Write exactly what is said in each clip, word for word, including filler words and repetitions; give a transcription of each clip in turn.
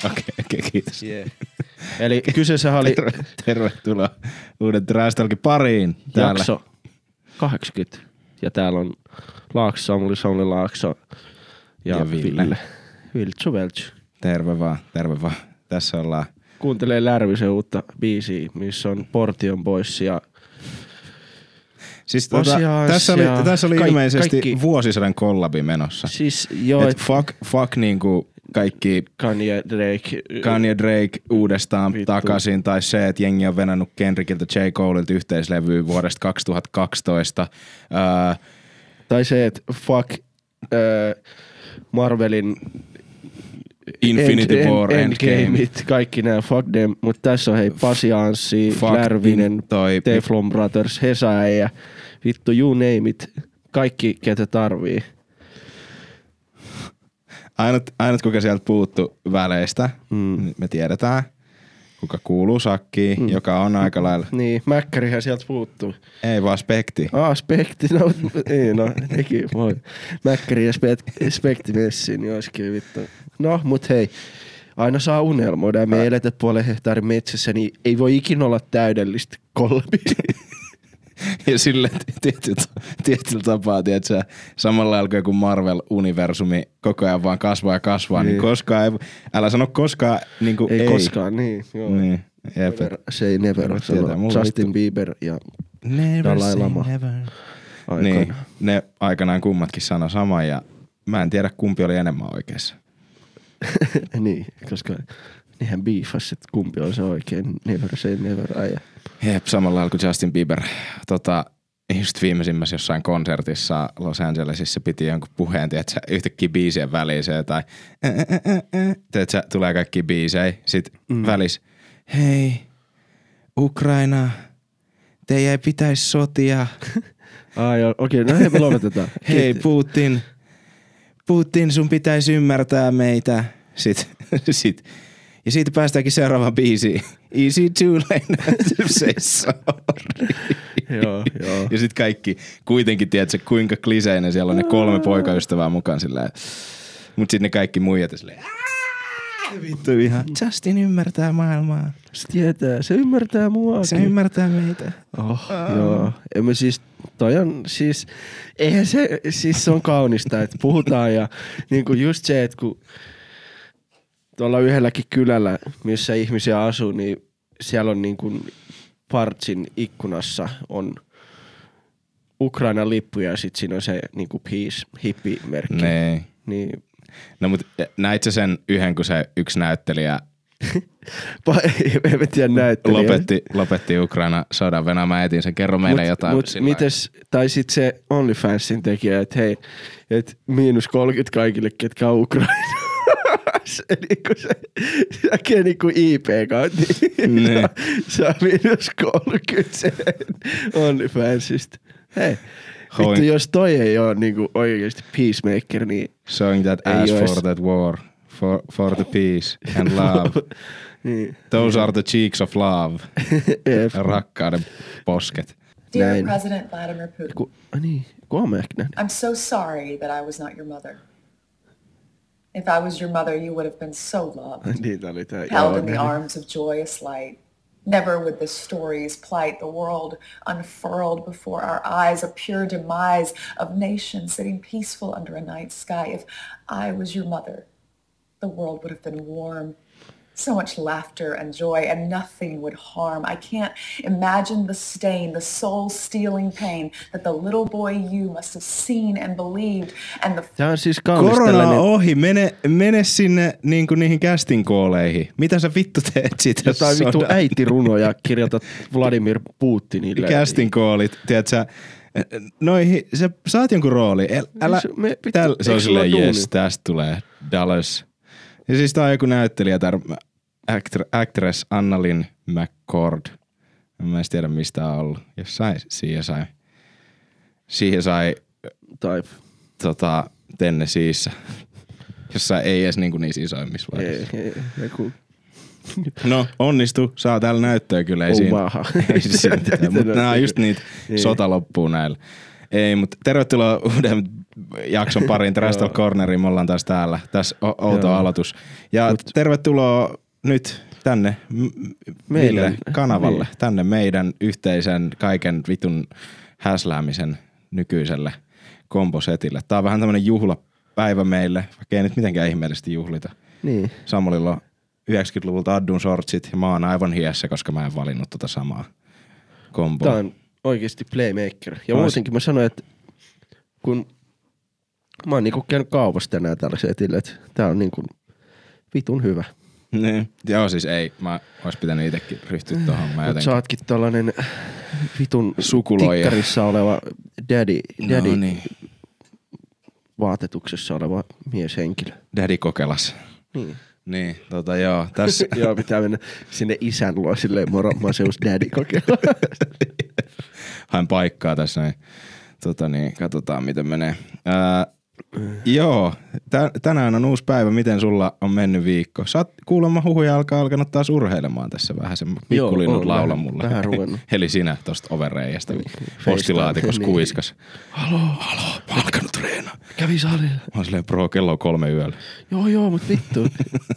Okei, okay, okay, kiitos. Yeah. Eli kyseessä oli... Terve, tervetuloa uuden Trash Talkin pariin. Täällä. Jakso kahdeksankymmentä. Ja täällä on Laakso, Samuli, Samuli Laakso ja, ja Ville. Ville. Viltsu Veltsu. Terve vaan, terve vaan. Tässä ollaan. Kuuntelee Lärvisen uutta biisiä, missä on Portion Boys ja... Siis tota, tässä oli, tässä oli kaik, ilmeisesti kaikki, vuosisadan kollabi menossa. Siis joo. Et, et fuck, fuck niinku kaikki Kanye Drake. Kanye Drake uudestaan vittu. takaisin. Tai se, että jengi on venannut Kendrickiltä J. Colelta yhteislevyä vuodesta kaksituhattakaksitoista. Uh, tai se, että fuck uh, Marvelin Infinity end, War, end, Endgame. Kaikki nää, fuck them. Mut tässä on hei Pasi Anssi, Lärvinen, toi Teflon Brothers, Hesa ja vittu you name it. Kaikki ketä tarvii. Ainut, ainut kuka sieltä puuttu väleistä, mm. me tiedetään, kuka kuuluu sakkiin, mm. joka on aika lailla. Niin, Mäkkärihän sieltä puuttuu. Ei vaan Spekti. Ah, Spekti, no ei no, nekin voi. Mäkkäri ja Spe- Spekti messiin, niin olisikin vittu. No, mut hei, aina saa unelmoida ja me eletät puolen hehtaarin metsässä, niin ei voi ikinä olla täydellistä kollabia. Ja sille tietyllä, tietyllä tapaa, tiedätkö, samalla lailla kuin Marvel-universumi koko ajan vaan kasvaa ja kasvaa, niin, niin koskaan ei, älä sano koskaan niin kuin ei. Ei koskaan, niin. Joo. Niin, never, say never, sano Justin vittu. Bieber ja never Dalai Lama. Never. Niin, ne aikanaan kummatkin sanoi saman ja mä en tiedä kumpi oli enemmän oikeassa. Niin, koska niinhän biifas, että kumpi on se oikein, never say never, äijä. Jep, samalla lailla kuin Justin Bieber. Tota, just viimeisimmässä jossain konsertissa Los Angelesissa piti jonkun puheen, tiedätkö, yhtäkkiä biisien väliseen tai tiedätkö, tulee kaikki biisejä. Sitten mm. välis, hei, Ukraina, teidän ei pitäisi sotia. Ah joo, okei, okay, no hei, me lopetetaan. Hei Putin, Putin, sun pitäisi ymmärtää meitä. Sitten, sit. Ja siitä päästäänkin seuraavaan biisiin. Easy to learn to say sorry. Joo, joo. Ja sit kaikki, kuitenkin tiedätkö, kuinka kliseinen siellä on ne kolme poikaystävää mukaan silleen. Mut sit ne kaikki muijat ja silleen. Vittu ihan. Justin ymmärtää maailmaa. Se tietää, se ymmärtää muakin. Se ymmärtää meitä. Oh, oh. Joo. Emme siis, toi on siis, eihän se, siis se on kaunista, että puhutaan ja niinku just se, että kun tuolla yhdelläkin kylällä, missä ihmisiä asuu, niin siellä on niin kuin Partsin ikkunassa on Ukrainan lippu ja sit siinä on se niin kuin peace, hippie-merkki. Nee. Niin. No mut näit sä sen yhden, kun se yksi näyttelijä en tiedä näyttelijä. Lopetti, lopetti Ukraina sodan. Venä, mä etin sen. Kerro meille mut, jotain. Mut mites, tai sit se OnlyFansin tekijä, että hei, että miinus kolmekymmentä kaikille, ketkä on Ukraina. Se niinku se, se näkee niinku I P-kautta, niin saa miinus kolmekymmentä sen OnlyFansista. Hei, vittu jos toi ei oo niinku oikeesti peacemaker, niin showing that ass for edes that war, for, for the peace and love. niin. Those are the cheeks of love. Rakkauden posket. Dear Näin. President Vladimir Putin. Ku, ah niin, I'm so sorry that I was not your mother. If I was your mother, you would have been so loved, held in the arms of joyous light. Never would the stories plight the world unfurled before our eyes, a pure demise of nations sitting peaceful under a night sky. If I was your mother, the world would have been warm. So much laughter and joy, and nothing would harm. I can't imagine the stain, the soul-stealing pain that the little boy you must have seen and believed. And the Tämä on siis korona on ohi, mene, mene sinne niin kuin niihin casting calleihin. Mitä sä vittu teet siitä? Jotain vittu äitirunoja kirjoitat Vladimir Putinille. Casting callit, tiedät sä, noihin, sä saat jonkun rooli. Älä, me, täl, se on silleen, jes, tästä tulee dollars. Ja siis tää on joku näyttelijä, tää actor, actress Annalyn McCord. En mä edes tiedä mistä on ollut. Jossain siihen sai, siihen sai Type. Tota, Tennesseeissä. Jossain ei edes niinku niissä isoimmissa vaiheissa. Ei, ei, joku. No, onnistu. Saa täällä näyttöä kyllä. Ei siinä, ei siinä mitään. Mutta nää on just niitä, niin. Sota loppuu näillä. Ei, mutta tervetuloa uuden jakson pariin Trash Talk Corneriin. Me ollaan taas täällä. Tässä outo aloitus. Ja Mut. tervetuloa nyt tänne meidän kanavalle. Niin. Tänne meidän yhteisen kaiken vitun häsläämisen nykyiselle kombosetille. Tää on vähän tämmönen juhlapäivä meille, vaikka ei nyt mitenkään ihmeellisesti juhlita. Niin. Samulilla on yhdeksänkymmentäluvulta Addun shortsit ja mä oon aivan hiessä, koska mä en valinnut tota samaa komboa. Tää on oikeesti playmaker. Ja Ois... muutenkin mä sanoin, että kun mä oon niinku käynyt kaupassa tänään tällä setillä, että tää on niinku vitun hyvä. Niin. Joo, siis ei. Mä ois pitänyt itekin ryhtyä tohon. Mä jotenkin... Sä ootkin tollanen vitun sukuloija. Tikkarissa oleva daddy, daddy no niin. vaatetuksessa oleva mieshenkilö. Daddy kokelas. Niin. Niin, tota joo. Tässä... joo, pitää mennä sinne isän luo silleen moro, Maseus daddy kokelas. Hain paikkaa tässä näin. Tota niin, katsotaan miten menee. Ää, joo, tä, tänään on uusi päivä. Miten sulla on mennyt viikko? Sä oot kuulemma huhuja alkaa alkanut taas urheilemaan tässä vähän. Sen pikkulinnut laula mulle. Vähän ruvennut. Eli sinä tosta overreijästä postilaatikossa niin. Kuiskas. Halo, halo, mä oon alkanut treenaa. Kävi salilla. Mä oon silleen pro, kello on kolme yöllä. Joo, joo, mut vittu.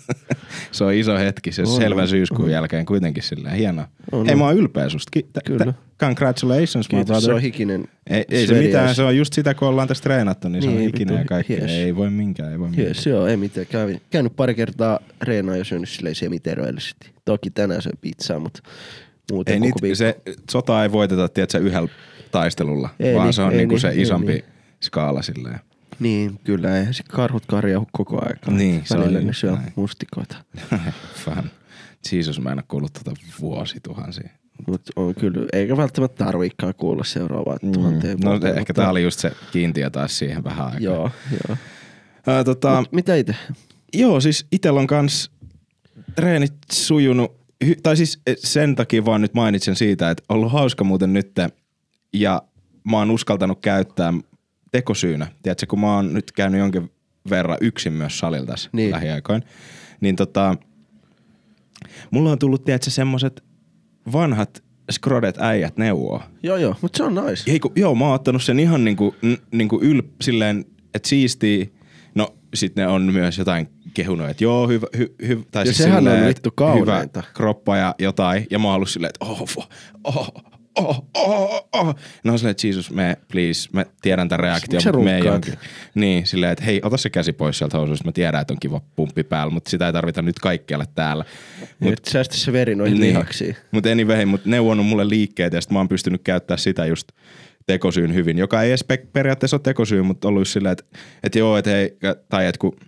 Se on iso hetki, se on selvän syyskuun on. Jälkeen kuitenkin silleen hienoa. On, Hei, mä oon ylpeä susta. Ki- t- Kyllä. T- congratulations, Kiitos, se on hikinen. Ei, ei se mitään, se on just sitä, kun ollaan tässä treenattu, niin, niin se on hikinen ja kaikki. Yes. Ei voi minkään, ei voi minkään. Yes, joo, ei mitään. Kävin, käynyt pari kertaa reenaa ja syönyt silleen semiteroillisesti. Toki tänään söin pizzaa, mutta muuten ei koko niitä, viikko. Se sota ei voiteta, tiedätkö, yhdellä taistelulla, ei vaan niin, se on ei niinku niin, se ei isompi niin. skaala silleen. Niin, kyllä. Eihän se karhut karjauhu koko aika. Niin, se välillä on ne syö näin. mustikoita. Fan. Jeesus, mä en oo kuullut tota vuosituhansia. Mut on kyllä, eikä välttämättä tarviikaan kuulla seuraavaa mm. tuhanteen No vuoteen, ehkä mutta... tää oli just se kiintiö taas siihen vähän aikaa. Joo, joo. Ää, tota, Mut mitä ite? Joo, siis itellä on kans treenit sujunut, tai siis sen takia vaan nyt mainitsen siitä, että on ollut hauska muuten nyt ja mä oon uskaltanut käyttää tekosyynä. Tiedätkö, kun mä oon nyt käynyt jonkin verran yksin myös salilla tässä niin. lähiaikoin, niin tota, mulla on tullut, tiedätkö, semmoset vanhat skrodet äijät neuvoo. Joo, joo, mutta se on nice. Eiku, joo, mä oon ottanut sen ihan niinku, n, niinku yl, silleen, että siistii. No, sit ne on myös jotain kehunut, että joo, hyvä, hy, hy, tai ja siis sehän silleen, on vittu kauneinta. Hyvä kroppa ja jotain. Ja mä oon ollut silleen, että oh, oh, oh, oh, oh. No silleen, että Jesus, me, please, mä tiedän tämän reaktion, mutta me ei jonkin. Niin, silleen, että hei, ota se käsi pois sieltä housuista. Mä tiedän, että on kiva pumppi päällä, mutta sitä ei tarvita nyt kaikkialle täällä. Mut, nyt säästä se veri noihin niin, lihaksiin. Mutta anyway, mut neuvonut mulle liikkeet ja sit mä oon pystynyt käyttää sitä just tekosyyn hyvin, joka ei edes periaatteessa ole tekosyy, mutta ollut just silleen, että et joo, että hei, tai että kun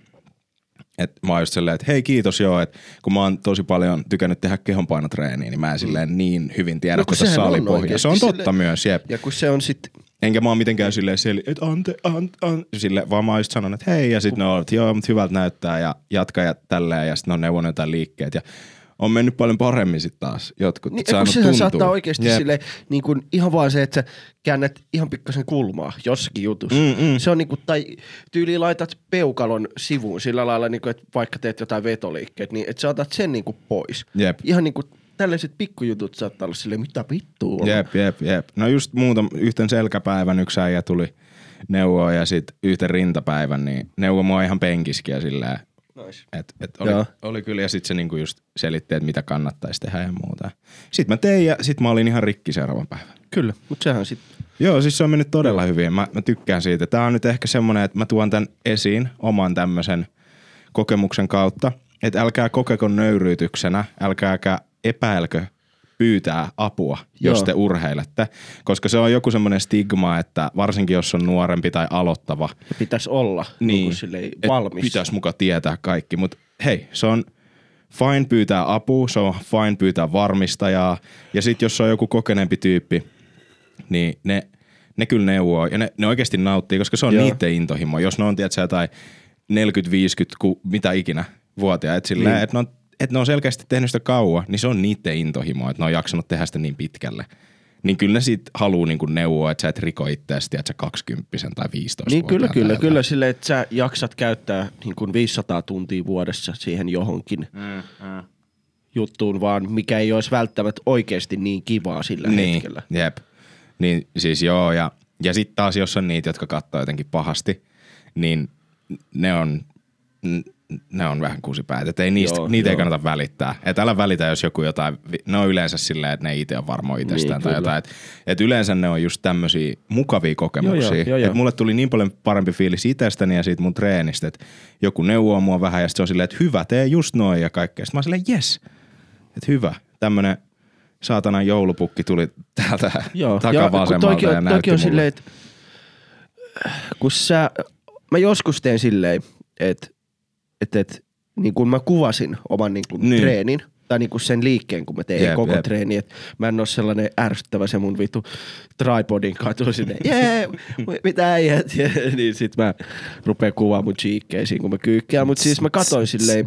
et mä oon just silleen, että hei kiitos joo, että kun mä oon tosi paljon tykännyt tehdä kehonpainotreeniä, niin mä en silleen mm. niin hyvin tiedä no, tätä salipohjaa. Se on totta silleen, myös, jep. Ja kun se on sit... Enkä mä oon mitenkään silleen, että ante, ante, ante, silleen, vaan mä oon just sanonut, että hei, ja sit ne on, että joo, mutta hyvältä näyttää, ja jatka ja tälleen, ja sit ne on neuvonut jotain liikkeet, ja on mennyt paljon paremmin sit taas jotkut. Niin, kun sehän saattaa oikeesti yep. silleen, niin kuin ihan vaan se, että sä käännät ihan pikkasen kulmaa jossakin jutussa. Mm, mm. Se on niinku, tai tyyliin laitat peukalon sivuun sillä lailla, niinku, että vaikka teet jotain vetoliikkeet, niin että sä otat sen niinku pois. Yep. Ihan niinku tällaiset pikkujutut saattaa olla silleen, mitä vittua on. Jep, jep, jep. No just muuta, yhten selkäpäivän yksi äijä tuli neuvoa ja sit yhten rintapäivän, niin neuvo mua ihan penkiskiä silleen. Nice. Et, et oli, oli kyllä, ja sit se niinku just selitti, että mitä kannattaisi tehdä ja muuta. Sitten mä tein ja sit mä olin ihan rikki seuraavan päivän. Kyllä, mutta sehän sit... Joo, siis se on mennyt todella hyvin. Mä, mä tykkään siitä. Tää on nyt ehkä semmonen, että mä tuon tän esiin oman tämmösen kokemuksen kautta. Että älkää kokeko nöyryytyksenä, älkääkä epäilkö pyytää apua, jos Joo. te urheilette. Koska se on joku semmoinen stigma, että varsinkin jos on nuorempi tai aloittava. Pitäisi olla niin, valmis. Pitäisi muka tietää kaikki, mutta hei, se on fine pyytää apua, se on fine pyytää varmistajaa. Ja sit jos on joku kokeneempi tyyppi, niin ne, ne kyllä neuvoo ja ne, ne oikeasti nauttii, koska se on Joo. niiden intohimo. Jos ne on, tiedätkö, jotain neljäkymmentä viisikymmentä, ku, mitä ikinä vuotia, että silleen, niin. että ne on että ne on selkeästi tehnyt sitä kauan, niin se on niiden intohimoa, että ne on jaksanut tehdä sitä niin pitkälle. Niin kyllä ne siitä haluaa niinku neuvoa, että sä et riko itseäsi, että sä kaksikymppisen tai viisitoista Niin kyllä, kyllä, kyllä silleen, että sä jaksat käyttää niin kuin viisisataa tuntia vuodessa siihen johonkin mm, mm. juttuun, vaan mikä ei olisi välttämättä oikeasti niin kivaa sillä niin, hetkellä. Jep. Niin siis joo, ja Ja sitten taas, jos on niitä, jotka katsoo jotenkin pahasti, niin ne on, ne on vähän kusipäät. Että ei niistä, joo, niitä joo. ei kannata välittää. Että älä välitä, jos joku jotain, ne on yleensä silleen, että ne itse on varmo itsestään niin, tai jotain. Että et yleensä ne on just tämmöisiä mukavia kokemuksia. Joo, joo, joo, että mulle tuli niin paljon parempi fiilis itsestäni ja siitä mun treenistä, että joku neuvoo mua vähän ja sitten se on silleen, että hyvä, tee just noin ja kaikkea. Sitten mä oon silleen, jes, että hyvä. Tämmönen saatanan joulupukki tuli täältä takavasemmalta ja, ja näytti mulle. On silleen, että kun sä, mä joskus teen silleen, että et, et, niin kun mä kuvasin oman niin kun niin. treenin, tai niin kun sen liikkeen, kun mä tein jep, koko jep. treeni, että mä en oo sellainen ärsyttävä se mun vittu tripodin katu sinne, jee, mitä äijät, niin sit mä rupeen kuvaamaan mun cheekkeisiin, kun mä kyykkeän, mut siis mä katoin silleen,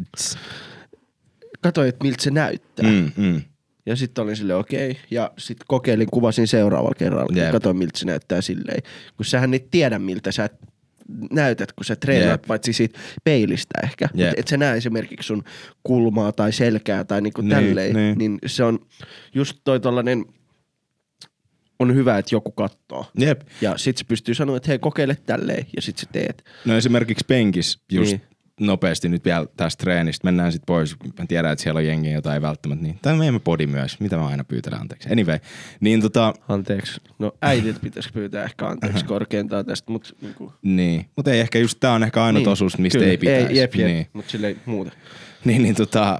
katoin, että miltä se näyttää. Mm, mm. Ja sitten olin silleen okei, okay. ja sitten kokeilin, kuvasin seuraavalla kerralla, yep. katsoin miltä se näyttää silleen. Kun sähän et tiedä miltä sä näytät, kun sä treenaat, yep. paitsi siitä peilistä ehkä. Yep. Et, et sä näe esimerkiksi sun kulmaa tai selkää tai niinku tälleen, niin, niin se on just toi tollanen, on hyvä, että joku kattoo. Yep. Ja sit se pystyy sanoa, että hei kokeile tälleen, ja sit sä teet. No esimerkiksi penkis just. Niin. Nopeasti nyt vielä tästä treenistä. Mennään sitten pois. Mä tiedän, että siellä on jengiä, jota ei välttämättä niin. Tai meidän podi myös. Mitä mä aina pyytän anteeksi. Anyway. Niin tota. Anteeksi. No äidit pitäisi pyytää ehkä anteeksi korkeintaan tästä, mut niinku. Niin. Mut ei ehkä just tää on ehkä ainut niin. osuus, mistä kyllä. ei pitäisi. Ei, jep, jep. Niin. Mut silleen muuta. Niin, niin tota.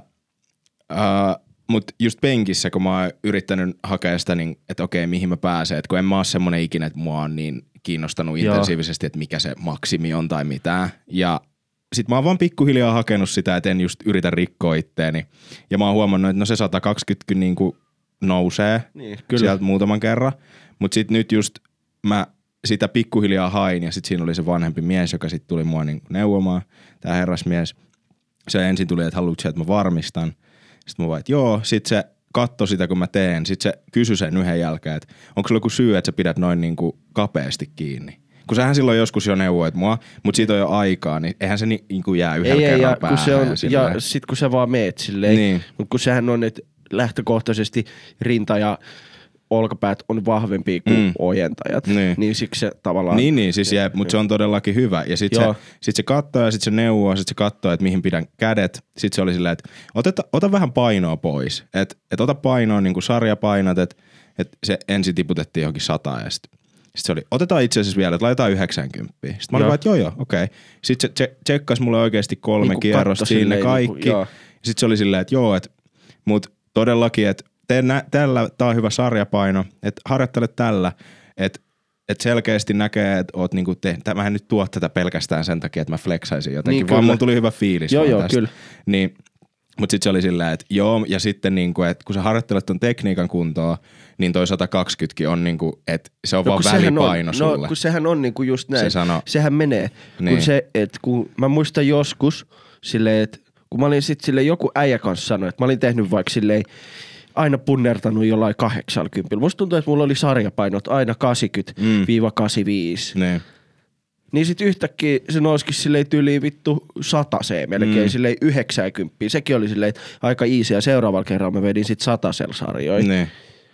Uh, mut just penkissä, kun mä oon yrittänyt hakea sitä, niin että okei, mihin mä pääsen. Että kun en mä oo semmonen ikinä, että mua on niin kiinnostanut Joo. intensiivisesti, että mikä se maksimi on tai mitään. Ja sitten mä oon vaan pikkuhiljaa hakenut sitä, että en just yritä rikkoa itteeni. Ja mä oon huomannut, että no se sata kaksikymmentä niinku nousee niin, sieltä muutaman kerran. Mut sit nyt just mä sitä pikkuhiljaa hain ja sit siinä oli se vanhempi mies, joka sit tuli mua niinku neuvomaan, tää herrasmies. Se ensin tuli, että haluatko että mä varmistan. Sitten mä vaan, että joo. Sit se katsoi sitä, kun mä teen. Sit se kysyi sen yhden jälkeen, että onko sulla joku syy, että sä pidät noin niinku kapeasti kiinni. Kun sähän silloin joskus jo neuvoit mua, mutta siitä on jo aikaa, niin eihän se ni, niin kuin jää yhdellä ei, kerran ja, päähän. Kun se on, ja, ja sit kun sä vaan meet silleen, niin. Mutta kun sehän on, että lähtökohtaisesti rinta ja olkapäät on vahvempia kuin mm. ojentajat, niin. niin siksi se tavallaan. Niin, niin siis jää, mutta se on todellakin hyvä. Ja sit, se, sit se katsoo ja sit se neuvoo, sit se katsoo, että mihin pidän kädet. Sit se oli silleen, että oteta, ota vähän painoa pois. Että et ota painoa niin kuin sarjapainat, että et se ensin tiputettiin johonkin sataan ja sit Sitten se oli, otetaan itse asiassa vielä, että laitetaan yhdeksänkymmentä. Sitten mä olin vaan, että joo joo, okei. Okay. Sitten se tsekkasi mulle oikeasti kolme niin kierrosta siinä kaikki. Niin sitten se oli silleen, että joo, että mut todellakin, että tee nä- tällä, tää on hyvä sarjapaino, että harjoittele tällä, että et selkeästi näkee, että oot niinku te, mä en nyt tuo tätä pelkästään sen takia, että mä flexaisin jotenkin, niin, vaan mulla tuli hyvä fiilis joo, vaan joo, tästä. Kyllä. Niin, mut sit se oli silleen, että joo, ja sitten niinku, että kun sä harjoittelet ton tekniikan kuntoa, niin toi sata kaksikymmentä on niinku, että se on no, vaan välipaino on, sulle. No kun sehän on niinku just näin. Se sano, sehän menee. Niin. Kun se, että kun mä muistan joskus silleen, että kun mä olin sit silleen, joku äijä kanssa sanoi, että mä olin tehnyt vaikka silleen, aina punnertanut jollain kahdeksankymmentä. Musta tuntuu, että mulla oli sarjapainot aina kahdeksankymmentä kahdeksankymmentäviisi. Mm. Niin. Niin sit yhtäkkiä se nousikin silleen tyyliin vittu sataseen melkein, mm. silleen yhdeksänkymmentä. Sekin oli silleen aika easy ja seuraavalla kerralla mä vedin sit satasella sarjoja. Niin.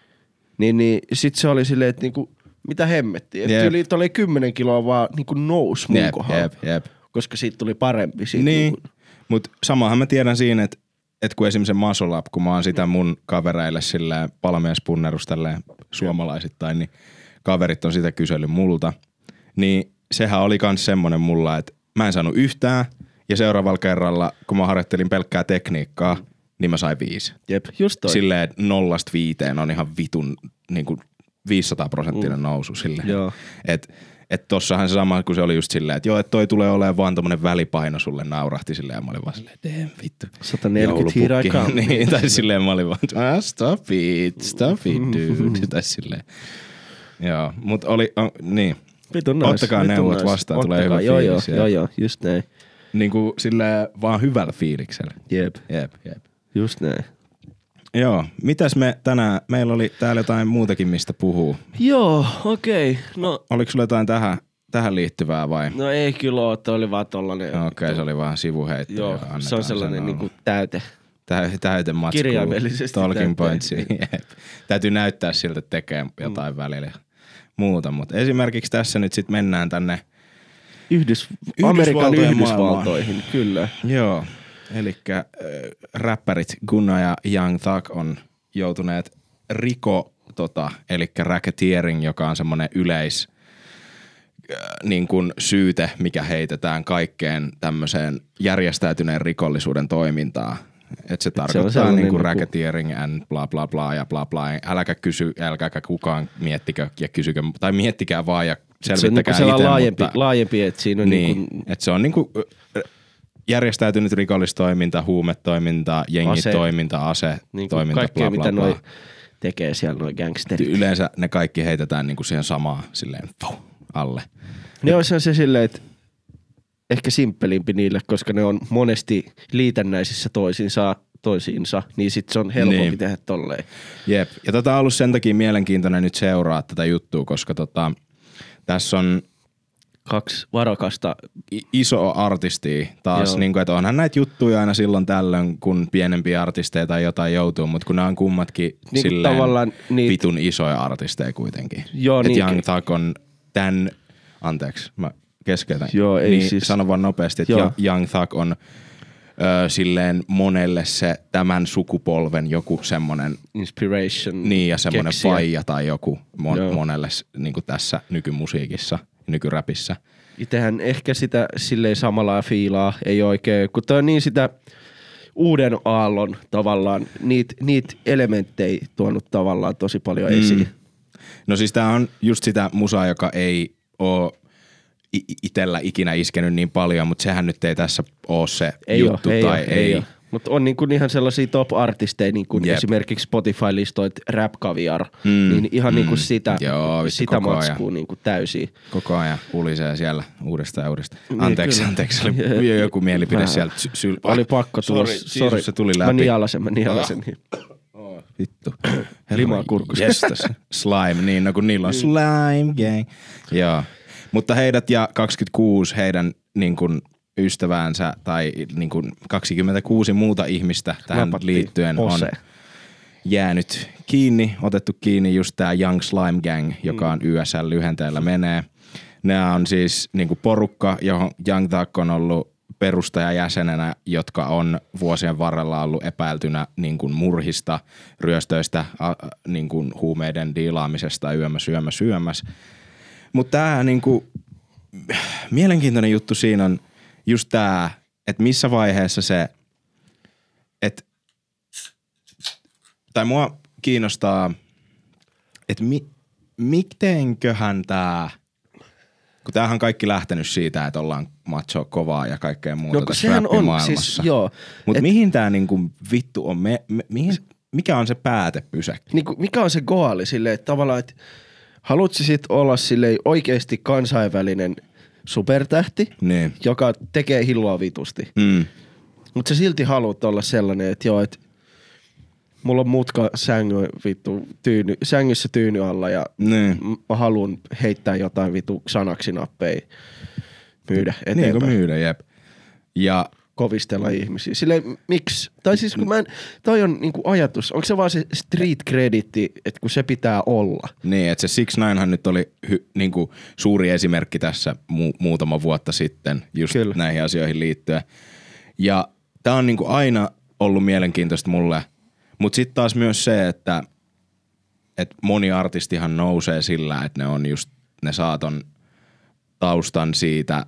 Niin, niin sit se oli silleen, että niinku, mitä hemmettiin. Että yli tuli kymmenen kiloa vaan niinku nousi mun jep, kohdalla. Jep, jep. Koska siitä tuli parempi. Siitä niin, niinku. Mut samahan mä tiedän siinä, että et kun esimerkiksi se muscle up, kun mä oon sitä mun kavereille silleen palamiesppunnerus tälleen suomalaisittain, niin kaverit on sitä kysellyt multa. Niin sehän oli kans semmonen mulla, että mä en saanut yhtään ja seuraavalla kerralla, kun mä harjoittelin pelkkää tekniikkaa, niin mä sain viisi. Jep, just toi. Silleen nollasta viiteen on ihan vitun niinku viisisataa prosenttinen mm. nousu silleen. Joo. Et, et tossahan se sama, kun se oli just silleen, että joo, että toi tulee olemaan vaan tommonen välipaino sulle naurahti silleen. Ja mä olin vaan silleen, damn vittu. sata neljäkymmentä here I come. Niin, tai silleen mä olin vaan, ah, stop it, stop it dude. Tai silleen. Joo, mut oli, oh, niin. Vitun nais. Ottakaa neuvot vastaan, Ottakaa. tulee hyvä joo, fiilis. Joo, joo, joo, just näin. Niinku silleen vaan hyvällä fiiliksellä. Jep. Jep, jep. Just näin. Joo, mitäs me tänään, meillä oli täällä jotain muutakin mistä puhuu. Joo, okei. Okay. No. Oliko sulla jotain tähän, tähän liittyvää vai? No ei kyllä ole, että oli vaan tollanen. Okei, okay, se oli vaan sivuheitto. Joo, se on sellainen niinku täyte. Tä, täyte matskuu. Kirjaimellisesti Talking pointsia. Täytyy näyttää siltä, että tekee jotain mm. välillä. muuta. Mutta esimerkiksi tässä nyt sitten mennään tänne Yhdys... Amerikan Yhdysvaltoihin, kyllä. Joo, elikkä äh, räppärit Gunna ja Young Thug on joutuneet riko, tota, elikkä racketeering, joka on semmoinen yleis äh, niin kuin syyte, mikä heitetään kaikkeen tämmöiseen järjestäytyneen rikollisuuden toimintaan. Että se Et tarkoittaa se niinku racketeering and bla bla bla ja bla bla. Äläkä kysy, älkääkä kukaan miettikö ja kysykö, tai miettikää vaan ja selvittäkää itse. Se on niinku laajempi, mutta, laajempi, että siinä on niin, niinku... että se on niinku järjestäytynyt rikollistoiminta, huumetoiminta, jengitoiminta, ase, niin toiminta, kaikkea, bla bla mitä bla. Noi tekee siellä noi gangsterit. Yleensä ne kaikki heitetään niinku siihen samaan silleen fuh, alle. Ne olisihan se silleen, että ehkä simppelimpi niille, koska ne on monesti liitännäisissä toisiinsa, toisiinsa, niin sit se on helpompi niin tehdä tolleen. Jep, ja tota on ollut sen takia mielenkiintoinen nyt seuraa tätä juttua, koska tota, tässä on kaksi varakasta iso artistia taas, niin kuin, että onhan näitä juttuja aina silloin tällöin, kun pienempiä artisteja tai jotain joutuu, mutta kun nämä on kummatkin niin silleen niitä vitun isoja artisteja kuitenkin. Joo, että Young Thug on tän, anteeksi, mä keskeytän. Joo, ei niin siis. Sano vaan nopeasti, että Joo. Young Thug on ö, silleen monelle se tämän sukupolven joku semmonen inspiration. Niin, ja semmonen faija tai joku mon, monelle niin kuin tässä nykymusiikissa, nykyräpissä. Itsehän ehkä sitä silleen samalla fiilaa ei oikein, kun toi on niin sitä uuden aallon tavallaan, niitä niit elementtejä tuonut tavallaan tosi paljon esiin. Mm. No siis tää on just sitä musaa, joka ei oo itellä ikinä iskenyt niin paljon, mutta sehän nyt ei tässä ole se ei juttu. Ole, ei tai ole, ei. ei mutta on niinku ihan sellaisia top-artisteja, niin kuin esimerkiksi Spotify-listoit Rap Caviar, mm, niin ihan mm, niinku sitä, Joo, sitä matskua niinku täysin. Koko ajan ulisee siellä uudestaan ja uudestaan. Anteeksi, niin, anteeksi, oli joku mielipide sieltä. Syl- oli pakko tulla, sori, se tuli läpi. Mä nialasen, mä nialasen. Oh, vittu. Limaa kurkussa. Jestas. Slime, niin no kun niillä on slime gang. Joo. Mutta heidät ja kaksikymmentäkuusi heidän niin kuin ystäväänsä tai niin kuin kaksikymmentäkuusi muuta ihmistä tähän Lapatti liittyen pose. on jäänyt kiinni, otettu kiinni just tää Young Slime Gang, joka on Y S L-lyhenteellä menee. Nämä on siis niin kuin porukka, johon Young Thug on ollut perustajajäsenenä, jotka on vuosien varrella ollut epäiltynä niin kuin murhista, ryöstöistä, a, niin kuin huumeiden diilaamisesta yömäs, yömäs, yömäs. Mutta tää niinku, mielenkiintoinen juttu siinä on just tää, että missä vaiheessa se, että, tai mua kiinnostaa, että mi, mitenköhän tää, kun tämähän on kaikki lähtenyt siitä, että ollaan macho kovaa ja kaikkea muuta no, tässä räppimaailmassa. Siis, Mutta et, mihin tää niinku vittu on, me, me, mihin, mikä on se päätepysäkki? Niinku, mikä on se goali silleen, että tavallaan, että haluatko sit olla silleen oikeesti kansainvälinen supertähti, niin, joka tekee hilloa vitusti. Mm. Mutta sä silti haluat olla sellainen, että joo, että mulla on mutka sängy, vittu, tyyny, sängyssä tyyny alla ja niin, mä haluan heittää jotain vittu sanaksinappeja, myydä eteenpäin. Niin kuin myydä, jep. Ja kovistella ihmisiä. Silleen, miksi? Tai siis kun mä en, toi on niinku ajatus, onko se vaan se street creditti, että kun se pitää olla? Niin, että se six ninehan nyt oli hy, niinku suuri esimerkki tässä mu- muutama vuotta sitten just Kyllä. näihin asioihin liittyen. Ja tää on niinku aina ollut mielenkiintoista mulle, mutta sitten taas myös se, että et moni artistihan nousee sillä, että ne on just, ne saaton taustan siitä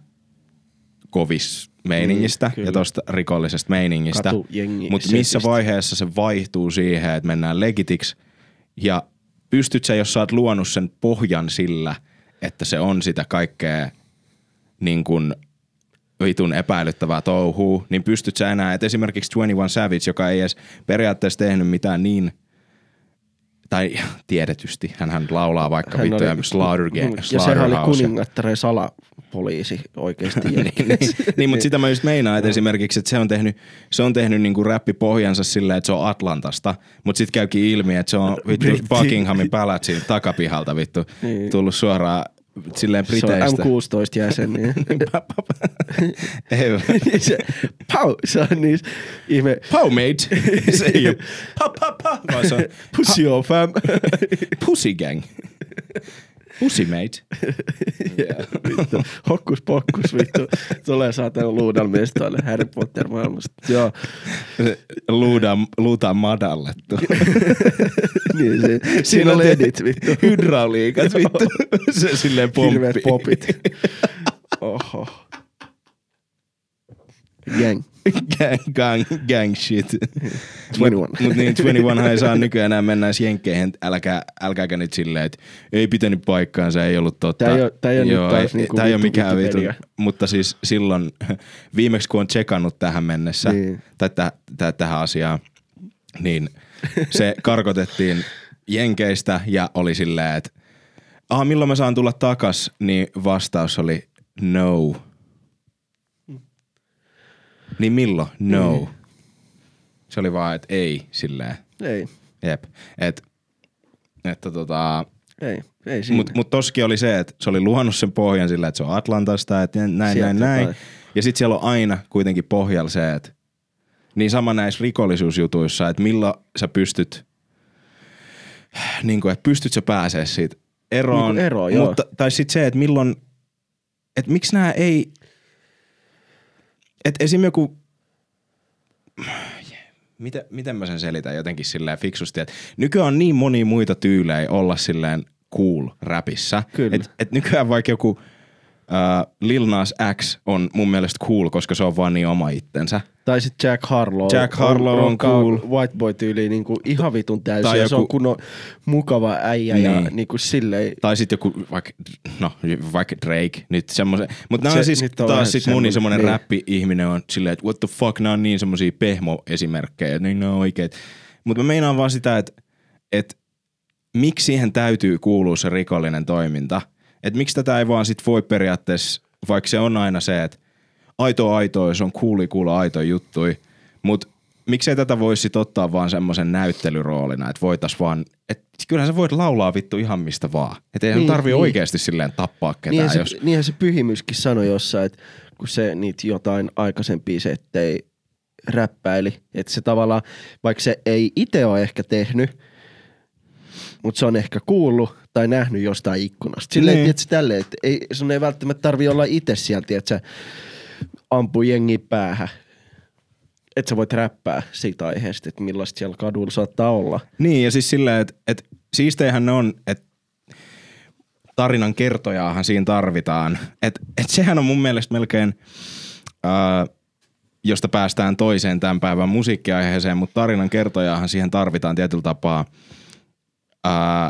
kovis meiningistä mm, ja tosta rikollisesta meiningistä, mutta missä vaiheessa se vaihtuu siihen, että mennään legitiksi ja pystyt sä, jos sä oot luonut sen pohjan sillä, että se on sitä kaikkea niin kuin vitun epäilyttävää touhua, niin pystyt sä enää, että esimerkiksi twenty-one Savage, joka ei edes periaatteessa tehnyt mitään niin, tai tiedetysti, hänhän laulaa vaikka hän vittuja Slaughter Gang. Ja sehän oli kuningattaren salapoliisi oikeesti. niin, niin, niin, mutta sitä mä just meinaan, että esimerkiksi, että se on tehnyt, se on tehnyt niinku räppipohjansa silleen, että se on Atlantasta, mutta sit käykin ilmi, että se on vittu Buckinghamin palatsin takapihalta vittu niin. Tullut suoraan silleen Briteistä. Se on M kuusitoista jäsen. Niin. Ei se, pau, se on niissä ihme. Pau mate. Se ei ole pa pa pa. Vaan se on Pussy on fam. Pussy gang. Pussy mate. Yeah, vittu. Hokkus pokkus, vittu. Tulee saatana luudalla mestoille Harry Potter maailmasta. Joo. Luutaan, luutaan madallettu. Niin, se, siinä on ledit, vittu. Hydrauliikat, vittu. Se silleen pomppi. Hirveät popit. Oho. Gang. gang, gang, gang shit. kaksikymmentäyksi. Mut niin, kaksikymmentäyksi ei saa nykyään enää mennä edes jenkkeihin. Älkää, älkääkä nyt silleen, että ei pitänyt paikkaansa, ei ollut totta. Tää ei ole, tää ei ole Joo, nyt taas niinku tää ei ole mikään vitu. Wikipedia. Mutta siis silloin, viimeksi kun on tsekannut tähän mennessä, niin. tai täh, täh, tähän asiaan, niin se karkotettiin jenkeistä ja oli silleen, että aha, milloin mä saan tulla takas, niin vastaus oli no. Niin milloin? No. Mm. Se oli vaan, että ei silleen. Ei. Jep. Et, että tota... Ei, ei siinä. Mut, mut toskin oli se, että se oli luonut sen pohjan sillä, että se on Atlantasta, että näin, Sieltä näin, näin. Ja sit siellä on aina kuitenkin pohjalla se, että niin sama näissä rikollisuusjutuissa, että milloin sä pystyt, niin kuin, että pystyt sä pääsee siitä eroon. Niin ero, joo. Mutta, tai sit se, että milloin, että miksi nää ei... Että esim. Joku, miten, miten mä sen selitän jotenkin silleen fiksusti, että nykyään on niin monia muita tyylejä olla silleen cool räpissä. Että et nykyään vaikka joku uh, Lil Nas X on mun mielestä cool, koska se on vaan niin oma itsensä. Tai sit Jack Harlow. Jack Harlow on, on cool. White boy tyyli niinku ihan vitun täysin. Tai ja joku, se on kunnon mukava äijä niin. Ja niinku silleen. Tai sit joku vaikka, no vaikka Drake nyt semmosen. Mut nää se, on siis on taas sit moni semmonen niin. räppi-ihminen on silleen, että what the fuck, nää on niin semmosia pehmo-esimerkkejä. Niin ne on oikeet. Mut mä meinaan vaan sitä, että et, miksi siihen täytyy kuulua se rikollinen toiminta. Että miksi tätä ei vaan sit voi periaatteessa, vaikka se on aina se, että aito aito, se on cooli kuulla aito juttui, mut miksei tätä voisi sit ottaa vaan semmoisen näyttelyroolina, että voitais vaan, että kyllähän sä voit laulaa vittu ihan mistä vaan. Että ei niin, tarvii niin. oikeesti silleen tappaa ketään. Niinhän se, jos... niinhän se Pyhimyskin sanoi jossain, että kun se niitä jotain aikaisempia settejä räppäili, että se tavallaan, vaikka se ei itse ole ehkä tehnyt, mutta se on ehkä kuullut tai nähnyt jostain ikkunasta. Silleen, niin. Että tälleen, että ei, sun ei välttämättä tarvii olla itse sieltä, että sä ampuu jengiä päähän. Että sä voit räppää siitä aiheesta, että millaista siellä kadulla saattaa olla. Niin, ja siis silleen, että, että siisteihän ne on, että tarinan kertojaahan siinä tarvitaan. Että, että sehän on mun mielestä melkein, ää, josta päästään toiseen tämän päivän musiikkiaiheeseen, mutta tarinan kertojaahan siihen tarvitaan tietyllä tapaa, ää,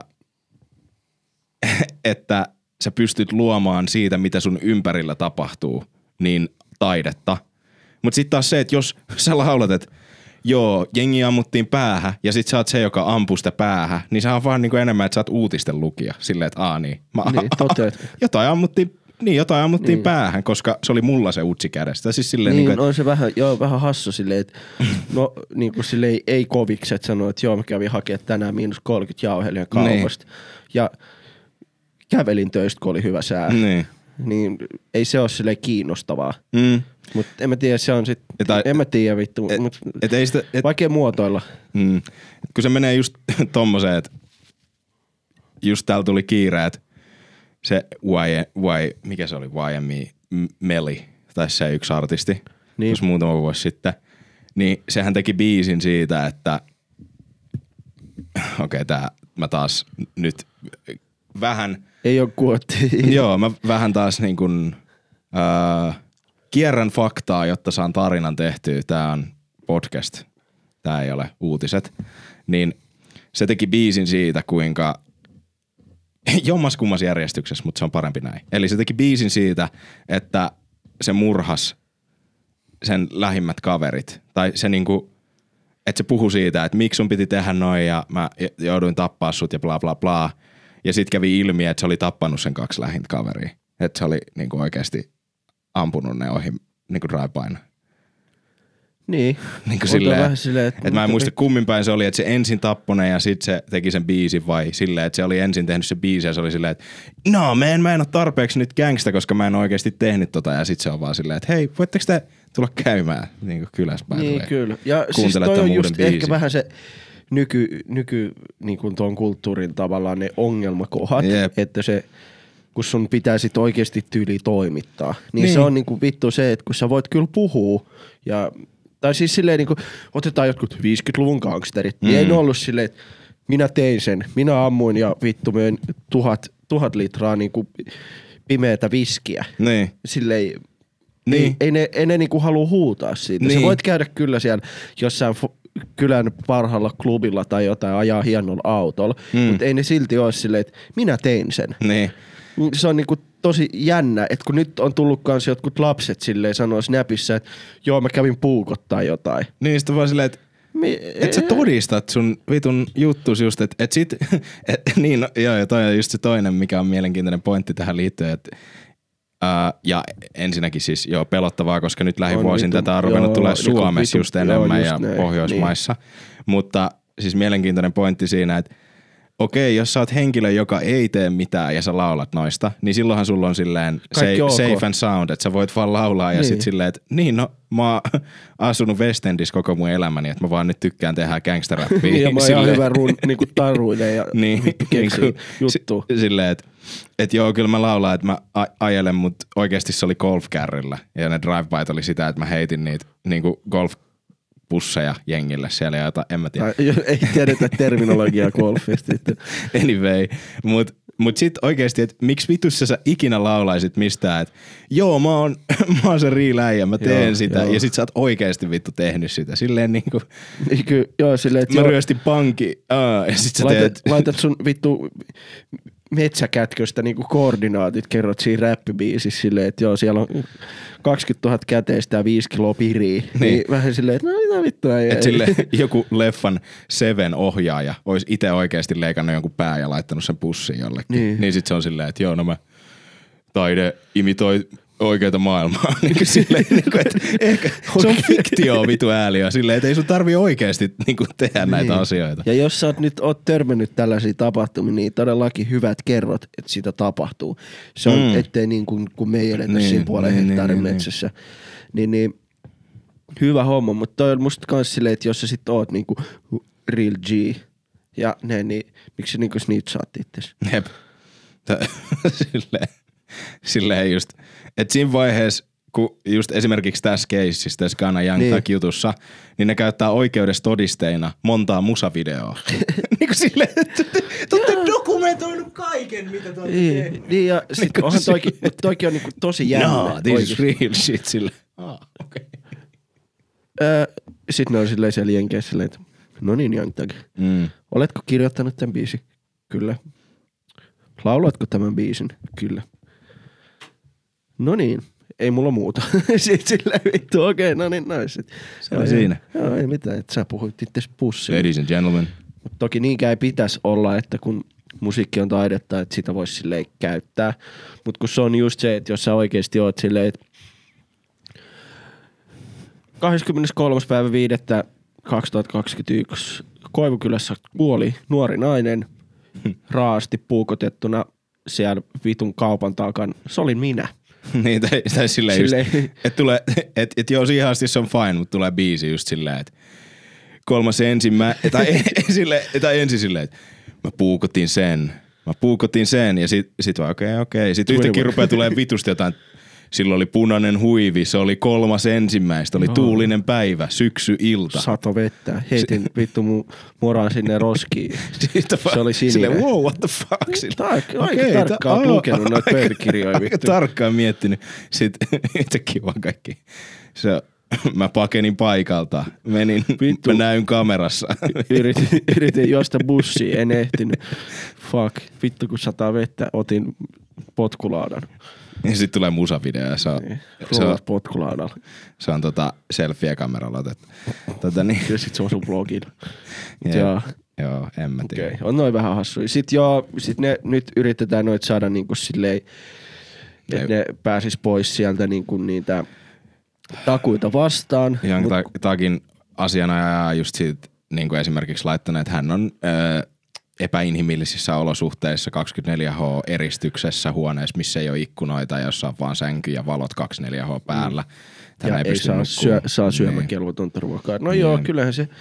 että sä pystyt luomaan siitä, mitä sun ympärillä tapahtuu, niin taidetta. Mutta sitten taas se, että jos sä laulat, että joo, jengi ammuttiin päähän ja sit sä oot se, joka ampuu sitä päähän, niin sä on vaan niinku enemmän, että sä oot uutisten lukija. Silleen, että aa niin. Mä, niin toteat. jotain ammuttiin, niin jotain ammuttiin niin. päähän, koska se oli mulla se utsi kädestä. Siis silleen niin, niinku, on se vähän, joo, vähän hassu silleen, että no niinku silleen ei koviksi, että sanoo, että joo, mä kävin hakemaan tänään miinus kolmekymmentä jauhelijan kaupasta. Niin. Ja kävelin töistä, kun oli hyvä sää. Niin. Niin ei se ole silleen kiinnostavaa. Mm. Mut en mä tiedä, se on sit, tai, en mä tiedä vittu, et, mut et ei sitä, et, vaikea muotoilla. Mm, kun se menee just tommoseen, että just täällä tuli kiire, että se y, y, mikä se oli, Y M E Meli, tai se yksi artisti, niin. Jos muutama vuosi sitten, niin sehän teki biisin siitä, että okei okay, tää mä taas nyt vähän ei oo kuotti. Joo, mä vähän taas niin kuin äh, kierrän faktaa, jotta saan tarinan tehtyä. Tää on podcast, tää ei ole uutiset. Niin se teki biisin siitä, kuinka jommas kummas järjestyksessä, mutta se on parempi näin. Eli se teki biisin siitä, että se murhas sen lähimmät kaverit. Tai se niinku, että se puhui siitä, että miksi sun piti tehdä noin ja mä jouduin tappaa sut ja bla bla bla. Ja sit kävi ilmi, että se oli tappanut sen kaksi lähintä kaveria. Että se oli niinku oikeesti ampunut ne ohi niinku raipaina. Niin. Niinku silleen, silleen että et mä en muista kummin päin se oli, että se ensin tappoi ne ja sit se teki sen biisin vai silleen, että se oli ensin tehnyt se biisi ja se oli silleen, että no mä en, mä en ole tarpeeksi nyt gangsta, koska mä en oikeesti tehnyt tota ja sit se on vaan silleen, että hei, voitteko te tulla käymään niinku kylässä päin? Niin kyllä. Ja siis toi on just biisi. Ehkä vähän se nyky, nyky niin kuin tuon kulttuurin tavallaan ne ongelmakohdat, yep. että se, kun sun pitää sit oikeasti tyyli toimittaa, niin, niin. se on niinku vittu se, että kun sä voit kyllä puhua ja, tai siis silleen niinku, otetaan jotkut viisikymmentäluvun gangsterit, mm. niin ei ne ollut silleen, että minä tein sen, minä ammuin ja vittu möin tuhat, tuhat litraa niinku pimeätä viskiä. Niin. Silleen, niin. ei, ei ne, ei ne niinku halua huutaa siitä. Niin. Sä voit käydä kyllä siellä jossain kylän parhaalla klubilla tai jotain, ajaa hienolla autolla, mm. mutta ei ne silti ole silleen, että minä tein sen. Niin. Se on niinku tosi jännä, että kun nyt on tullut kans jotkut lapset silleen sanoo Snapissa, että joo mä kävin puukottaa jotain. Niin sitten vaan silleen, että Mi- et sä todistat sun vitun juttus just, että et sit, et, niin no, joo ja toi on just se toinen, mikä on mielenkiintoinen pointti tähän liittyen, että Uh, ja ensinnäkin siis joo pelottavaa, koska nyt lähivuosin tätä on ruvennut tulee Suomessa just enemmän joo, just ja näin, Pohjoismaissa. Niin. Mutta siis mielenkiintoinen pointti siinä, että okei, jos sä oot henkilö, joka ei tee mitään ja sä laulat noista, niin silloinhan sulla on silleen safe, safe and sound, että sä voit vaan laulaa niin. Ja sit silleen, että niin no mä oon asunut West Endissä koko mun elämäni, että mä vaan nyt tykkään tehdä gangsterrappia. Niin ja mä oon ihan hyvä ruun niinku taruinen ja niin, vittu keksii juttu. S- silleen, että et joo, kyllä mä laulaan, että mä a- ajelen, mutta oikeasti se oli golfkärryllä. Ja ne drive-byt oli sitä, että mä heitin niitä niinku golf-pusseja jengille siellä ja jotain, en mä tiedä. Ei tiedetä terminologiaa golfista. Anyway, mut, mut sit oikeesti, että miksi vitussa sä ikinä laulaisit mistään, että joo, mä oon, mä oon se riiläijä, mä teen joo, sitä. Joo. Ja sit sä oot oikeesti vittu tehnyt sitä. Silleen niinku, Ky- joo, silleen, mä joo. ryöstin pankki, aa, ja sit sä laitat, teet. Laitat sun vittu metsäkätköstä niinku koordinaatit, kerrot siinä räppibiisissä silleen, että joo, siellä on kaksikymmentätuhatta käteistä ja viisi kiloa piriä. Niin. niin vähän silleen, että no mitä vittua ei. Että silleen joku leffan Seven ohjaaja olisi itse oikeasti leikannut jonkun pää ja laittanut sen pussiin jollekin. Niin, niin sit se on silleen, että joo, no mä taide imitoi oikeita maailmaa. niin silleen, niin kuin, että ehkä se on fiktio vitu ääliö. Silleen, että ei sun tarvii oikeasti niin kuin tehdä niin. näitä asioita. Ja jos sä oot nyt oot törmännyt tällaisia tapahtumia, niin todellakin hyvät kerrot, että sitä tapahtuu. Se on, mm. ettei niin kuin, kun me ei eletä niin, siinä puolen niin, hehtaarin niin, metsässä. Niin, niin hyvä homma, mutta toi on musta kans silleen, että jos sä sit oot niinku real G ja ne, niin miksi sä niinku snitchaat itses? Jep. silleen, silleen just, että siinä vaiheessa, kun just esimerkiksi tässä keisissä, tässä Ghana Young niin. Thug-jutussa, niin ne käyttää oikeudessa todisteina montaa musavideoa. niin kuin silleen, että te olette dokumentoinut kaiken, mitä te olette niin, tehnyt. Niin ja sit niin onhan toikin, toikin on niinku tosi jännä. No, this is real shit silleen. Ah, okei. Okay. Öö, sitten ne on silleen siellä jenkeissä silleen, että no niin Young Thug. Mm. Oletko kirjoittanut tämän biisin? Kyllä. Laulatko tämän biisin? Kyllä. No niin. Ei mulla muuta. Sitten silleen vittu, okei, okay, no niin, noin. Se on siinä. Joo, ei mitään, että sä puhuit itses pussiin. Ladies and gentlemen. Mut toki niinkään ei pitäisi olla, että kun musiikki on taidetta, että sitä voisi silleen käyttää. Mut kun se on just se, että jos sä oikeesti oot silleen, että kahdeskymmeneskolmas päivä viidettä kaksituhattakaksikymmentäyksi Koivukylässä kuoli nuori nainen raasti puukotettuna siellä vitun kaupan takan. Se olin minä. niin, tai, tai silleen, silleen just, että tulee, että et joo, siihen asti se on fine, mutta tulee biisi just silleen, että kolmas ensimmä, tai, sille, tai ensin silleen, että mä puukotin sen, mä puukotin sen, ja sit, sit vaan okei, okay, okei, okay. Sitten yhtäkkiä rupeaa tulee vitusti jotain, silloin oli punainen huivi, se oli kolmas ensimmäistä, oli no. tuulinen päivä, syksy, ilta. Sato vettä, heitin si- vittu mun moraan sinne roskiin. Se oli sininen. Silleen, wow, what the fuck? Tark- aika okay, tarkkaan ta- lukenut noita pöytäkirjoja. Aika tarkkaan miettinyt. Sitten yhtäkkiä vaan kaikki. Se, mä pakenin paikalta, menin, vittu. Mä näyn kamerassa. Yritin, yritin juosta bussiin, en ehtinyt. Fuck, vittu kun sataa vettä, otin potkulaudan. Ja sit tulee musavideo ja se on, niin, se on, potkulaudalla. Se on tota selfie-kameralla otettu. Tota niin. Kyllä sit se on sun blogilla. Joo, joo, en mä tiedä. Okay. On noin vähän hassuja. Sit joo, sit ne nyt yritetään noit saada niinku silleen, että ne pääsis pois sieltä niinku niitä takuita vastaan. Young mut... Thugin asianajaja just siitä niinku esimerkiksi laittanut, että hän on öö, epäinhimillisissä olosuhteissa kaksikymmentäneljä H eristyksessä huoneessa, missä ei ole ikkunoita, jossa on vaan sänky ja valot kaksikymmentäneljä H päällä. Mm. Ja ei, ei saa, syö, saa syömäkelvotonta ruokaa. No niin. Joo, kyllähän se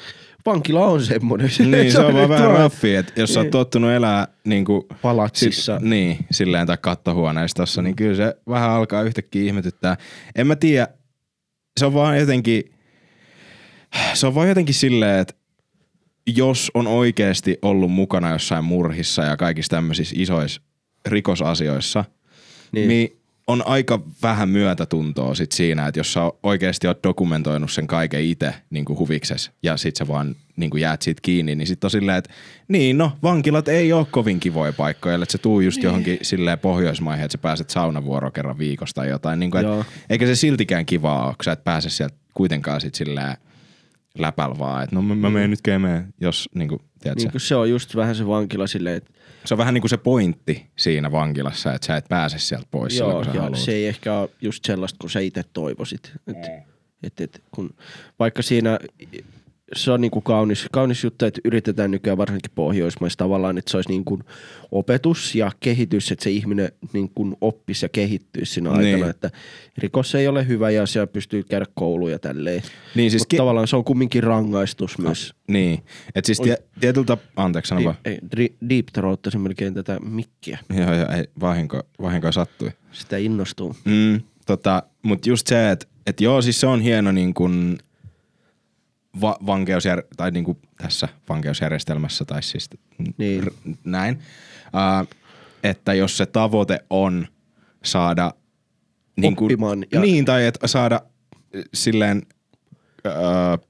vankila on semmoinen. Niin, se on vaan vähän raffi, että jos sä oot tottunut elää niinku palatsissa. Sit, niin, silleen tai kattohuoneistossa, mm. niin kyllä se vähän alkaa yhtäkkiä ihmetyttää. En mä tiedä, se on vaan jotenkin, se on vaan jotenkin silleen, että jos on oikeasti ollut mukana jossain murhissa ja kaikissa tämmöisissä isoissa rikosasioissa, niin, niin on aika vähän myötätuntoa sit siinä, että jos sä oikeasti oot dokumentoinut sen kaiken itse niin kuin huviksesi ja sit sä vaan niin kuin jäät siitä kiinni, niin sit on silleen, että niin no, vankilat ei ole kovin kivoja paikkoja, että se tuu just niin. johonkin silleen Pohjoismaihin, että sä pääset saunavuoroon kerran viikosta tai jotain. Niin kuin, et, eikä se siltikään kivaa ole, kun sä et pääse sieltä kuitenkaan sit silleen läpäl vaan, että no mä, mä menen nyt käymään, jos niinku, tiedätkö? Niin se on just vähän se vankila silleen, että se on vähän niinku se pointti siinä vankilassa, että sä et pääse sieltä pois joo, silloin, kun sä joo, haluat. Se ei ehkä ole just sellaista, kun sä itse toivoisit. Et, et, et, kun, vaikka siinä se on niinku kaunis, kaunis juttu, että yritetään nykyään varsinkin Pohjoismaissa tavallaan, että se olisi niinku opetus ja kehitys, että se ihminen niinku oppisi ja kehittyisi siinä aikana, niin. Että rikos ei ole hyvä ja siellä pystyy käydä kouluja tälleen. Niin, siis mutta ki- tavallaan se on kumminkin rangaistus myös. Ah, niin, että siis tie, tietyltä, anteeksi sano vaan. Deep throattasin melkein tätä mikkiä. Joo, joo, ei, vahinko, vahinko sattui. Sitä innostuu. Mm, tota, mutta just se, että et joo, siis se on hieno niin kuin Va- vankeusjär- tai niinku tässä vankeusjärjestelmässä tai siis niin. r- näin, uh, että jos se tavoite on saada niinku, oppimaan ja niin tai että saada silleen uh,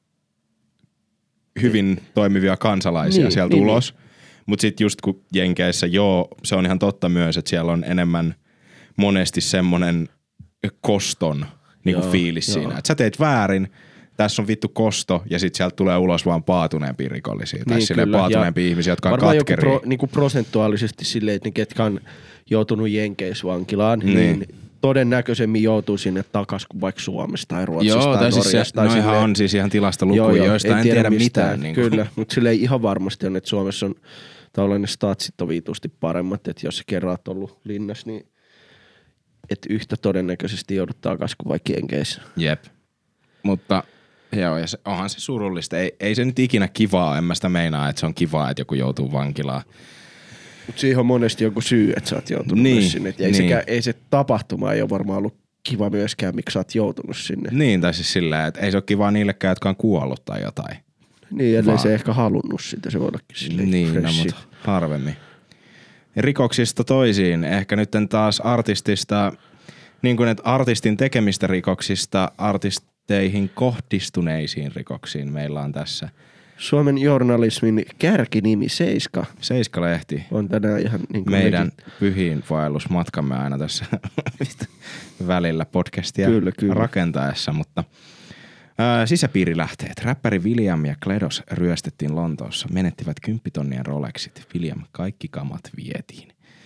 hyvin toimivia kansalaisia niin, sieltä niin, ulos, niin. Mutta sitten just kun Jenkeissä joo, se on ihan totta myös, että siellä on enemmän monesti semmoinen koston niinku joo, fiilis joo. siinä, että sä teet väärin. Tässä on vittu kosto ja sit sieltä tulee ulos vaan paatuneempia rikollisia. Niin, tai silleen paatuneempia ja ihmisiä, jotka on katkeria. Varmaan joku pro, niinku prosentuaalisesti silleen, että ne ketkä on joutunut Jenkeisvankilaan, niin. niin todennäköisemmin joutuu sinne takas kuin vaikka Suomesta tai Ruotsista joo, tai Norjasta. Siis noihan silleen, on siis ihan tilastolukuja, joista en tiedä, tiedä mitään. Niin kyllä, mutta silleen ihan varmasti on, että Suomessa on tavallaan ne statsit on viitusti paremmat, että jos sä kerran oot ollut linnassa, niin että yhtä todennäköisesti joudut takas kuin vaikka Jenkeissä. Jep, mutta joo, ja se, onhan se surullista. Ei, ei se nyt ikinä kivaa, en mä sitä meinaa, että se on kivaa, että joku joutuu vankilaan. Mutta siihen on monesti joku syy, että sä oot joutunut niin, myös sinne. Ei, niin. sekä, ei se tapahtuma ei ole varmaan ollut kiva myöskään, miksi sä oot joutunut sinne. Niin, tai siis sillä, että ei se ole kivaa niillekään, jotka on kuollut tai jotain. Niin, ellei se ehkä halunnut sitä, se voi ollakin silleen niin, no, mutta harvemmin. Ja rikoksista toisiin, ehkä nyt taas artistista, niin kuin että artistin tekemistä rikoksista artisteihin kohdistuneisiin rikoksiin meillä on tässä. Suomen journalismin kärkinimi Seiska. Seiska-lehti. On tänään ihan niin kuin meidän mekin pyhiin vaellusmatkamme aina tässä välillä podcastia kyllä, kyllä. rakentaessa, mutta ää, sisäpiirilähteet. Räppäri William ja Kledos ryöstettiin Lontoossa. Menettivät kymppitonnien Rolexit. William, kaikki kamat vietiin.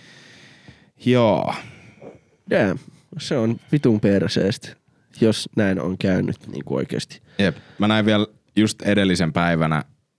Joo. Damn. Se on vitun perseestä, jos näin on käynyt niin kuin oikeasti. Jep. Mä näin vielä just edellisen päivänä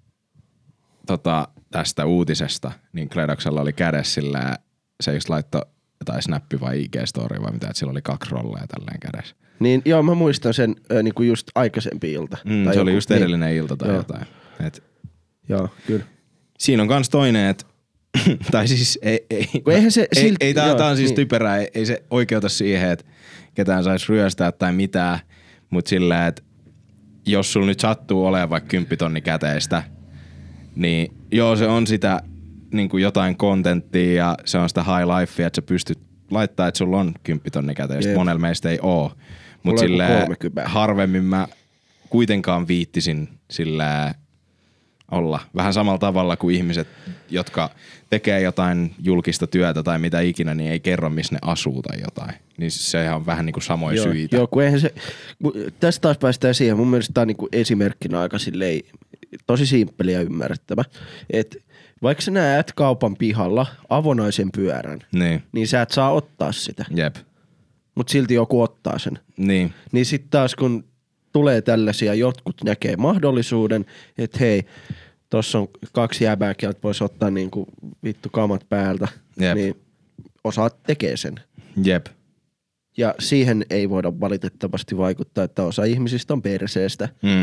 tota, tästä uutisesta, niin Kledoksella oli kädessä sillä, se just laittoi jotain snappi vai I G-story vai mitä, että sillä oli kaksi rolleja tälleen kädessä. Niin joo, mä muistan sen äh, niinku just aikaisempi ilta. Mm, tai se joku, oli just edellinen niin. ilta tai joo. jotain. Et joo, kyllä. Siinä on kans toinen, että tai siis ei, ei, eihän se ei, silti, ei tää, joo, tää on siis niin. typerää, ei, ei se oikeuta siihen, että ketään saisi ryöstää tai mitään, mutta sillä, että jos sulla nyt sattuu olemaan vaikka kymppitonni käteistä, niin joo, se on sitä niin kuin jotain kontenttia ja se on sitä high lifea, että sä pystyt laittaa, että sulla on kymppitonni käteistä. Yep. Monella meistä ei oo. Mutta silleen harvemmin mä kuitenkaan viittisin sillä olla vähän samalla tavalla kuin ihmiset, jotka tekee jotain julkista työtä tai mitä ikinä, niin ei kerro, missä ne asuu tai jotain. Niin se on vähän niin kuin samoja joo, syitä. Joo, kun eihän se, tästä taas päästään siihen, mun mielestä tämä on niin kuin esimerkkinä aika silleen, tosi simppeli ja ymmärrettävä, että vaikka sä näet kaupan pihalla avonaisen pyörän, niin, niin sä et saa ottaa sitä. Jep. Mut silti joku ottaa sen. Niin. Niin sit taas kun tulee tällaisia, jotkut näkee mahdollisuuden, että hei, tossa on kaksi jäbää, jotka vois ottaa niinku vittu kamat päältä, Jep. niin osaat tekee sen. Jep. Ja siihen ei voida valitettavasti vaikuttaa, että osa ihmisistä on perseestä. Mm.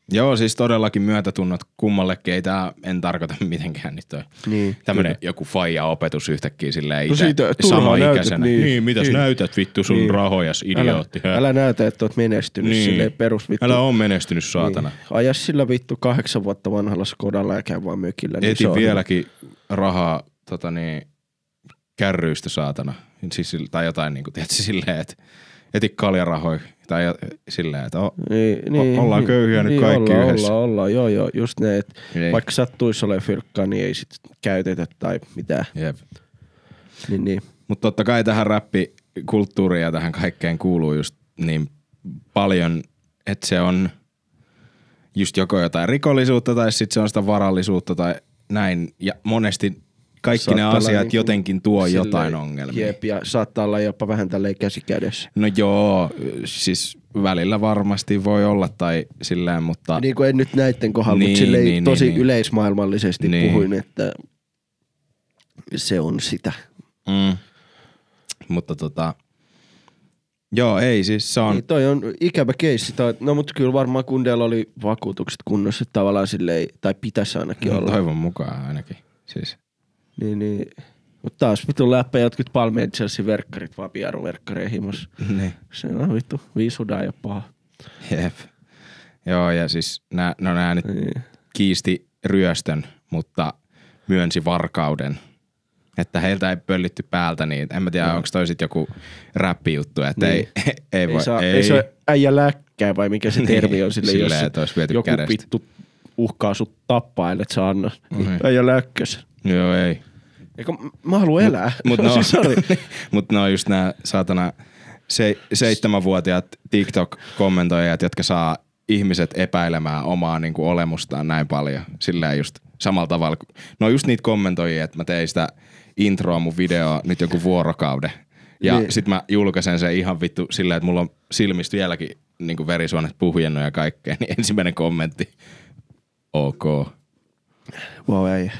Joo, siis todellakin myötätunnot kummallekin. Ei tää, en tarkoita mitenkään nyt toi. Niin, tämmönen kyllä. Joku faija-opetus yhtäkkiä silleen no itse samaikäisenä. Niin, niin, mitäs niin. näytät vittu sun niin. rahojas, idiootti. Älä, älä näytä, että oot menestynyt niin. silleen perusvittu. Älä oo menestynyt, saatana. Niin. Aja sillä vittu kahdeksan vuotta vanhalla Skodalla ja käy vaan mökillä. Niin Etin vieläkin rahaa tota niin, kärryistä, saatana. Siis, tai jotain niinku, tiedätkö, silleen, että eti kaljarahoja. Tai silleen, että o, niin, niin, ollaan niin, köyhiä niin, nyt kaikki ollaan, yhdessä. Ollaan, ollaan, joo joo, just ne, että vaikka sattuisi olemaan fyrkkaa, niin ei sit käytetä tai mitään. Jep. Niin, niin. Mutta totta kai tähän räppikulttuuriin ja tähän kaikkeen kuuluu just niin paljon, että se on just joko jotain rikollisuutta tai sitten se on sitä varallisuutta tai näin. Ja monesti kaikki saattaa ne asiat niin jotenkin tuo silleen, jotain ongelmia. Jep, ja saattaa olla jopa vähän tälleen käsi kädessä. No joo, siis välillä varmasti voi olla tai silleen, mutta... Niin kuin en nyt näitten kohdalla, niin, mutta silleen niin, tosi niin, yleismaailmallisesti niin. puhuin, että se on sitä. Mm. Mutta tota... Joo, ei siis se on... Niin toi on ikävä keissi. Tai, no mutta kyllä varmaan kundeilla oli vakuutukset kunnossa tavallaan silleen, tai pitäisi ainakin no, olla. Toivon mukaan ainakin, siis... Niin, niin. Mutta taas vittu läppä jotkut Palm Angelsin verkkarit vaan pieruverkkareihin himossa. Niin. Se on vittu viisudaa ja paha. Jep. Joo ja siis nää, no nää nyt niin. kiisti ryöstön, mutta myönsi varkauden. Että heiltä ei pöllitty päältä niin. En mä tiedä, no. onko toi sit joku räppijuttu, että niin. ei, ei, ei voi. Ei, saa, ei. ei se ole äijä läkkää vai mikä se termi on sille, silleen, jos joku kädestä. Vittu uhkaa sut tappaa, ellei sä anna. Mm-hmm. Äijä läkkäs. Joo ei. Eikö mä haluan elää? Mut no, siis mut no just nää saatana se, seitsemänvuotiaat TikTok-kommentoijat, jotka saa ihmiset epäilemään omaa niinku olemustaan näin paljon. Silleen just samalla tavalla. No just niitä kommentoijia, että mä tein sitä introa mun videoa nyt joku vuorokauden. Ja niin. sit mä julkaisen sen ihan vittu silleen, että mulla on silmistä vieläkin niinku verisuonet puhjennut ja kaikkea. Niin ensimmäinen kommentti. Ok. Wow, ei.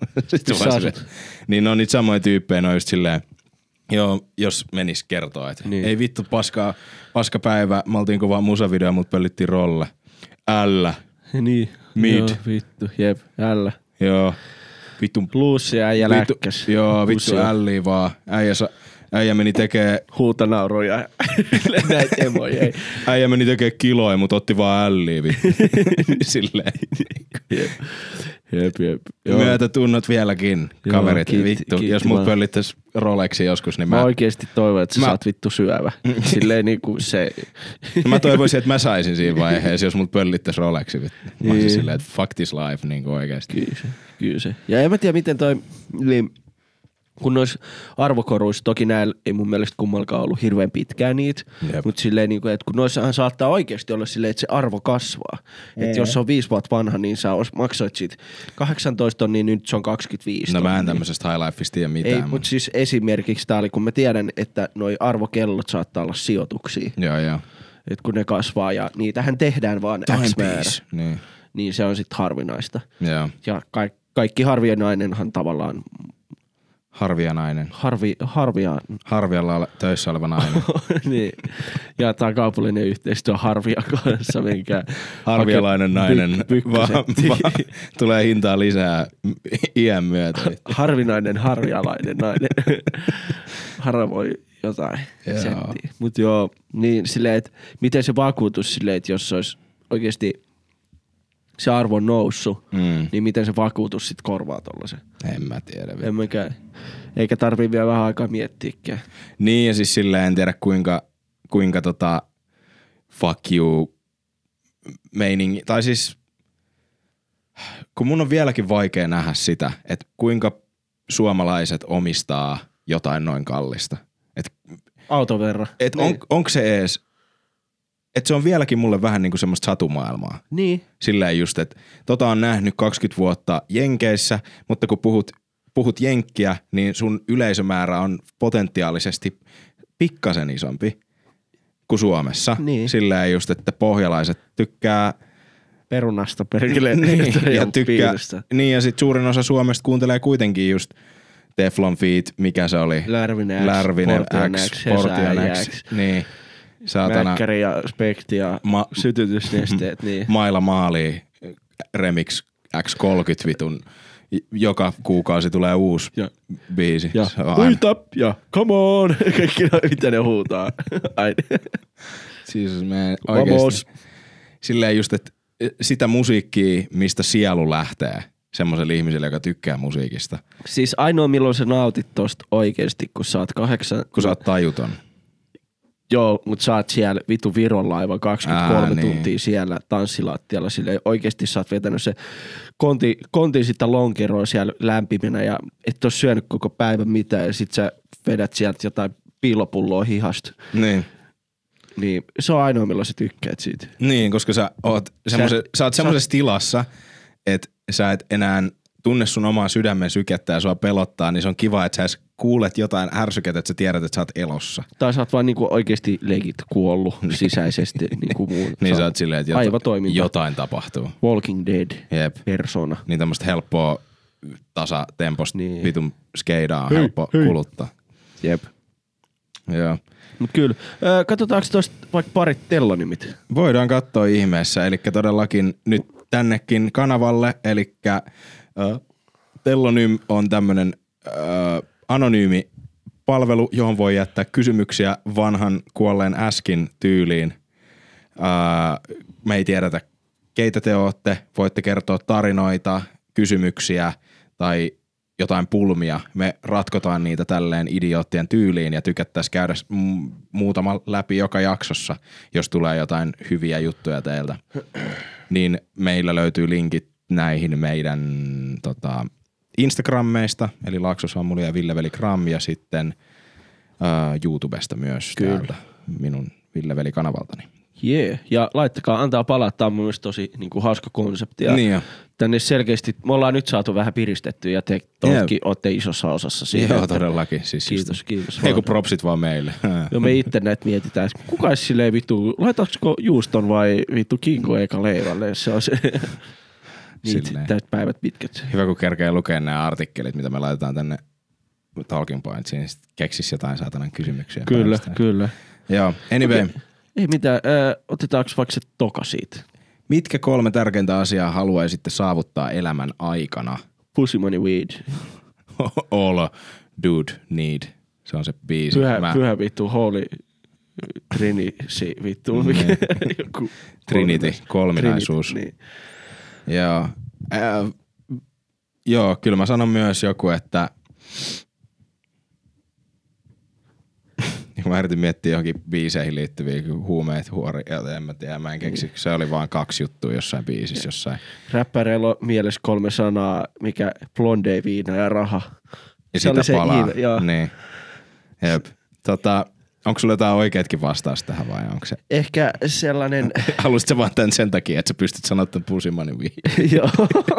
Niin on niitä samoja tyyppejä, ne on just silleen, joo, jos menis kertoa, että niin. ei vittu paskaa, paska päivä, me oltiin kovaa musavideo, mut pöllittiin rolle. Ällä. Niin. Mid. Joo, vittu, jep, ällä. Joo. Vittu. Plussi ja äijä vittu, läkkäs. Joo, vittu älliä vaan. Äijä, sa, äijä meni tekee... Huutanauruja. Näitä emoja, ei. Äijä meni tekee kiloja, mut otti vaan älliä vittu. Silleen. Jep. Jep, jep. Myötä tunnot vieläkin, joo, kaverit. Kiitti, vittu, kiitti, jos mut pöllittäis Rolexi joskus, niin mä... Mä oikeesti toivon, että sä mä... saat vittu syövä. Silleen niinku se... No mä toivoisin, että mä saisin siinä vaiheessa, jos mut pöllittäis Rolexi. Vittu. Mä olisin silleen, että fuck this life, niinku oikeesti. Kyllä se, kyllä se. Ja en mä tiedä, miten toi... Niin, kun nois arvokoruissa, toki näillä ei mun mielestä kummalkaan ollut hirveän pitkään niitä, mutta silleen niinku, että kun noissahan saattaa oikeasti olla silleen, että se arvo kasvaa. Että jos se on viisi vuotta vanha, niin sä maksoit siitä kahdeksantoista tonnia, niin nyt se on kaksikymmentäviisi tonnia. No mä en niin. tämmöisestä high lifeista tiedä mitään. Ei, mutta siis esimerkiksi tää oli, kun mä tiedän, että noi arvokellot saattaa olla sijoituksia. Joo, joo. Että kun ne kasvaa ja niitähän tehdään vaan Time X määrä, niin. niin se on sit harvinaista. Joo. Ja ka- kaikki harvinainenhan tavallaan... Harvianainen. Harvi, harvia. Harvialla töissä oleva nainen. Niin. Ja tää kaupallinen yhteistyö Harvia kanssa, minkä... Harvialainen nainen. Pyk- va- va- tulee hintaa lisää iän myötä. Harvinainen harvialainen nainen. Harvoi jotain senttiä. Mut joo, niin silleen, että miten se vakuutus silleen, että jos olisi oikeesti se arvo on noussut, mm. niin miten se vakuutus sit korvaa tollasen? En mä tiedä. En mäkään. Eikä tarvii vielä vähän aikaa miettiäkään. Niin ja siis silleen en tiedä kuinka, kuinka tota fuck you meiningi. Tai siis kun mun on vieläkin vaikea nähdä sitä, että kuinka suomalaiset omistaa jotain noin kallista. Et, Autoverra. Et on, onko se ees... Että se on vieläkin mulle vähän niinku semmoista satumaailmaa. Niin. Silleen just, että tota on nähnyt kaksikymmentä vuotta Jenkeissä, mutta kun puhut, puhut jenkkiä, niin sun yleisömäärä on potentiaalisesti pikkasen isompi kuin Suomessa. Niin. Silleen just, että pohjalaiset tykkää... Perunasta perkele. niin, ja tykkää, niin ja sit suurin osa Suomesta kuuntelee kuitenkin just Teflon Feet, mikä se oli? Lärvinen X, Lärvinen Portion X, X, Portion X. X. Niin. Saatana. Mäkkäri ja spekti ja Ma- sytytysnesteet. Niin. Mailla maaliin remix X kolmekymmentä vitun. Joka kuukausi tulee uusi ja, biisi. Ja wait up ja come on. Kaikki mitä ne huutaa. Siis me oikeesti silleen just, että sitä musiikkia, mistä sielu lähtee semmoiselle ihmiselle, joka tykkää musiikista. Siis ainoa milloin sä nautit tosta oikeesti, kun sä oot kahdeksan... Kun sä oot tajuton. Joo, mut sä oot siellä vitu Viron laiva kaksikymmentäkolme Ää, niin. tuntia siellä tanssilattialla. Silleen oikeesti sä oot vetänyt se konti, konti sitä lonkeroa siellä lämpimänä ja et oo syönyt koko päivän mitään ja sit sä vedät sieltä jotain piilopulloa hihasta. Niin. Niin se on ainoa milloin sä tykkäät siitä. Niin, koska sä oot, semmose, sä, sä oot semmoisessa tilassa, että sä et enää tunne sun omaa sydämen sykettä ja sua pelottaa, niin se on kiva, että sä edes kuulet jotain ärsykettä, että sä tiedät, että sä oot elossa. Tai sä oot vaan niinku oikeesti legit kuollut sisäisesti. niinku muun. Niin sä oot silleen, että jota, jotain tapahtuu. Walking Dead Jep. persona. Niin tämmöstä helppoa tasatemposta niin. Vitun skeidaa on helppo hei. kuluttaa. Jep. Joo. Mut kyllä. Öö, katsotaanko tosta vaikka parit telonimit? Voidaan katsoa ihmeessä. Elikkä todellakin nyt tännekin kanavalle. Elikkä äh, Tellonym on tämmönen äh, anonyymi palvelu, johon voi jättää kysymyksiä vanhan kuolleen äskin tyyliin. Äh, me ei tiedetä, keitä te ootte. Voitte kertoa tarinoita, kysymyksiä tai jotain pulmia. Me ratkotaan niitä tälleen idioottien tyyliin ja tykättäisiin käydä m- muutama läpi joka jaksossa, jos tulee jotain hyviä juttuja teiltä. Niin meillä löytyy linkit näihin meidän tota, Instagrammeista, eli Laksosammuli ja Ville Veli Gram ja sitten ää, YouTubesta myös Kyllä. täältä minun Ville Veli kanavaltani. Jee, yeah. Ja laittakaa, antaa palaa. Tämä on mun mielestä tosi niin kuin hauska konsepti. Ja niin jo. Tänne selkeästi, me ollaan nyt saatu vähän piristettyä ja te toki ootte isossa osassa siihen. Joo, todellakin. Siis kiitos, just, kiitos. Ei kun propsit vaan meille. Joo, me itse näitä mietitään. Kuka olisi silleen vittu, laitaanko juuston vai vittu kinko eka leivalle? Se on se. Niitä täyt päivät pitkät. Hyvä, kun kerkee lukea nämä artikkelit, mitä me laitetaan tänne Talking Pointsiin, niin sitten keksisi jotain saatanan kysymyksiä. Kyllä, päivästä. kyllä. Joo, anyway. Okay. Ei mitään, äh, otetaanko vaikka se toka siitä? Mitkä kolme tärkeintä asiaa haluaisitte saavuttaa elämän aikana? Pussy, money, weed. All a dude need. Se on se biisi. Pyhä, Mä... pyhä vittu, holy trinity vittu. Joku Trinity, kolminaisuus. Trinity, niin. Joo. Äh, joo, kyllä mä sanon myös joku, että mä yritin miettiä johonkin biiseihin liittyviä huumeet, huori, ja en mä tiedä, mä en keksi. Se oli vaan kaksi juttua jossain biisissä jossain. Räppäreillä on mielessä kolme sanaa, mikä blonde, viina ja raha. Ja se sitä palaa. Iina, joo. Niin. Jep. Tota, onko sulla jotain oikeatkin vastausta tähän vai onko se? Ehkä sellainen... Haluaisit sä vaan tämän sen takia, että sä pystyt sanoa tämän pussy money weed? Joo.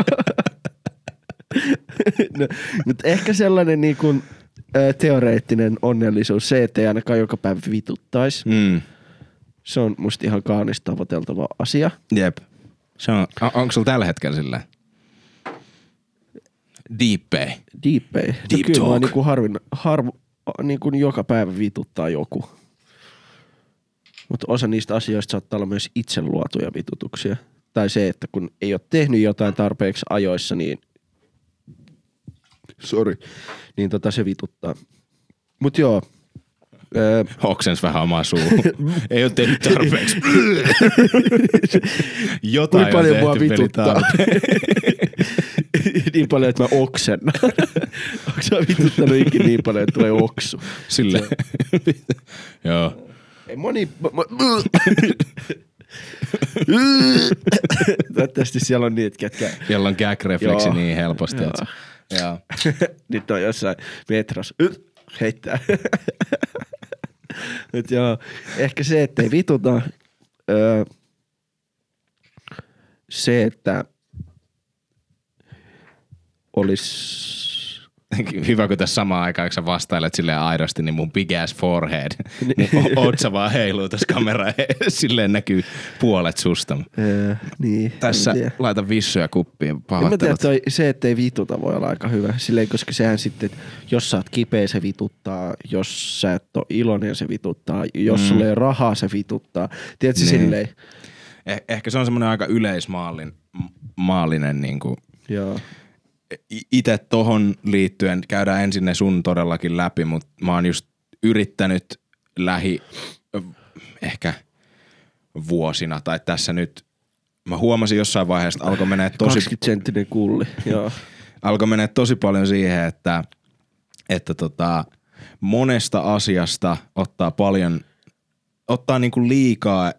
no, mutta ehkä sellainen niin kuin teoreettinen onnellisuus, se, että ei ainakaan joka päivä vituttaisi. Mm. Se on musta ihan kaunis tavoiteltava asia. Jep. Se on, on, onko sulla tällä hetkellä silleen? Deepay. Deepay. Deep no, kyllä talk. Niin kuin harvin, harvo, niin kuin joka päivä vituttaa joku. Mutta osa niistä asioista saattaa olla myös itse luotuja vitutuksia. Tai se, että kun ei ole tehnyt jotain tarpeeksi ajoissa, niin Sori. Niin tota se vituttaa. Mut joo. Öö, Oksens vähän omaa suuhun. Ei oo tehnyt tarpeeksi. Jotain on paljon mua tehty vituttaa. Niin paljon, että mä oksennan. Onko sä vituttanut ikinä niin paljon, että tulee oksu? Silleen. Joo. Ei moni... Toivottavasti siellä on niitä, ketkä... Siellä on gag-refleksi niin helposti. Joo. Joo. Nyt on jossain metros. Heittää. Nyt joo. Ehkä se, ettei vituta. Öö, se, että olisi Hyvä, kun tässä samaan aikaan, kun sä vastailet silleen aidosti, niin mun big ass forehead. Mun otsa vaan heiluu tässä kameraan. Silleen näkyy puolet susta. Ää, niin, tässä laita vissuja kuppiin. Pahoittelut. Mä tiedän, toi, se, ettei vituta voi olla aika hyvä. Silleen, koska sehän sitten, jos sä oot kipeä, se vituttaa. Jos sä et ole iloinen, se vituttaa. Jos mm. sulle ei rahaa, se vituttaa. Tiedätkö niin. silleen? Eh- ehkä se on semmoinen aika yleismaallinen maallinen niinku. Joo. Itse tohon liittyen käydään ensin ne sun todellakin läpi, mutta mä oon just yrittänyt lähi ehkä vuosina tai tässä nyt, mä huomasin jossain vaiheessa, että alkoi menee tosi... kaksikymmentä senttinen kulli, joo. Alkoi menee tosi paljon siihen, että, että tota, monesta asiasta ottaa paljon, ottaa niinku liikaa,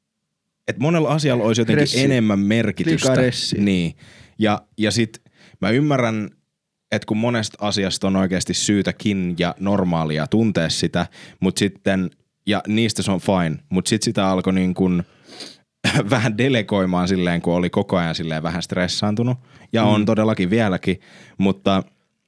että monella asialla olisi jotenkin Ressi. enemmän merkitystä. Liikaa ressi. Niin, ja, ja sit mä ymmärrän, että kun monesta asiasta on oikeasti syytäkin ja normaalia tuntea sitä, mutta sitten, ja niistä se on fine, mutta sitten sitä alkoi niin kuin vähän delegoimaan silleen, kun oli koko ajan silleen vähän stressaantunut, ja on mm. todellakin vieläkin, mutta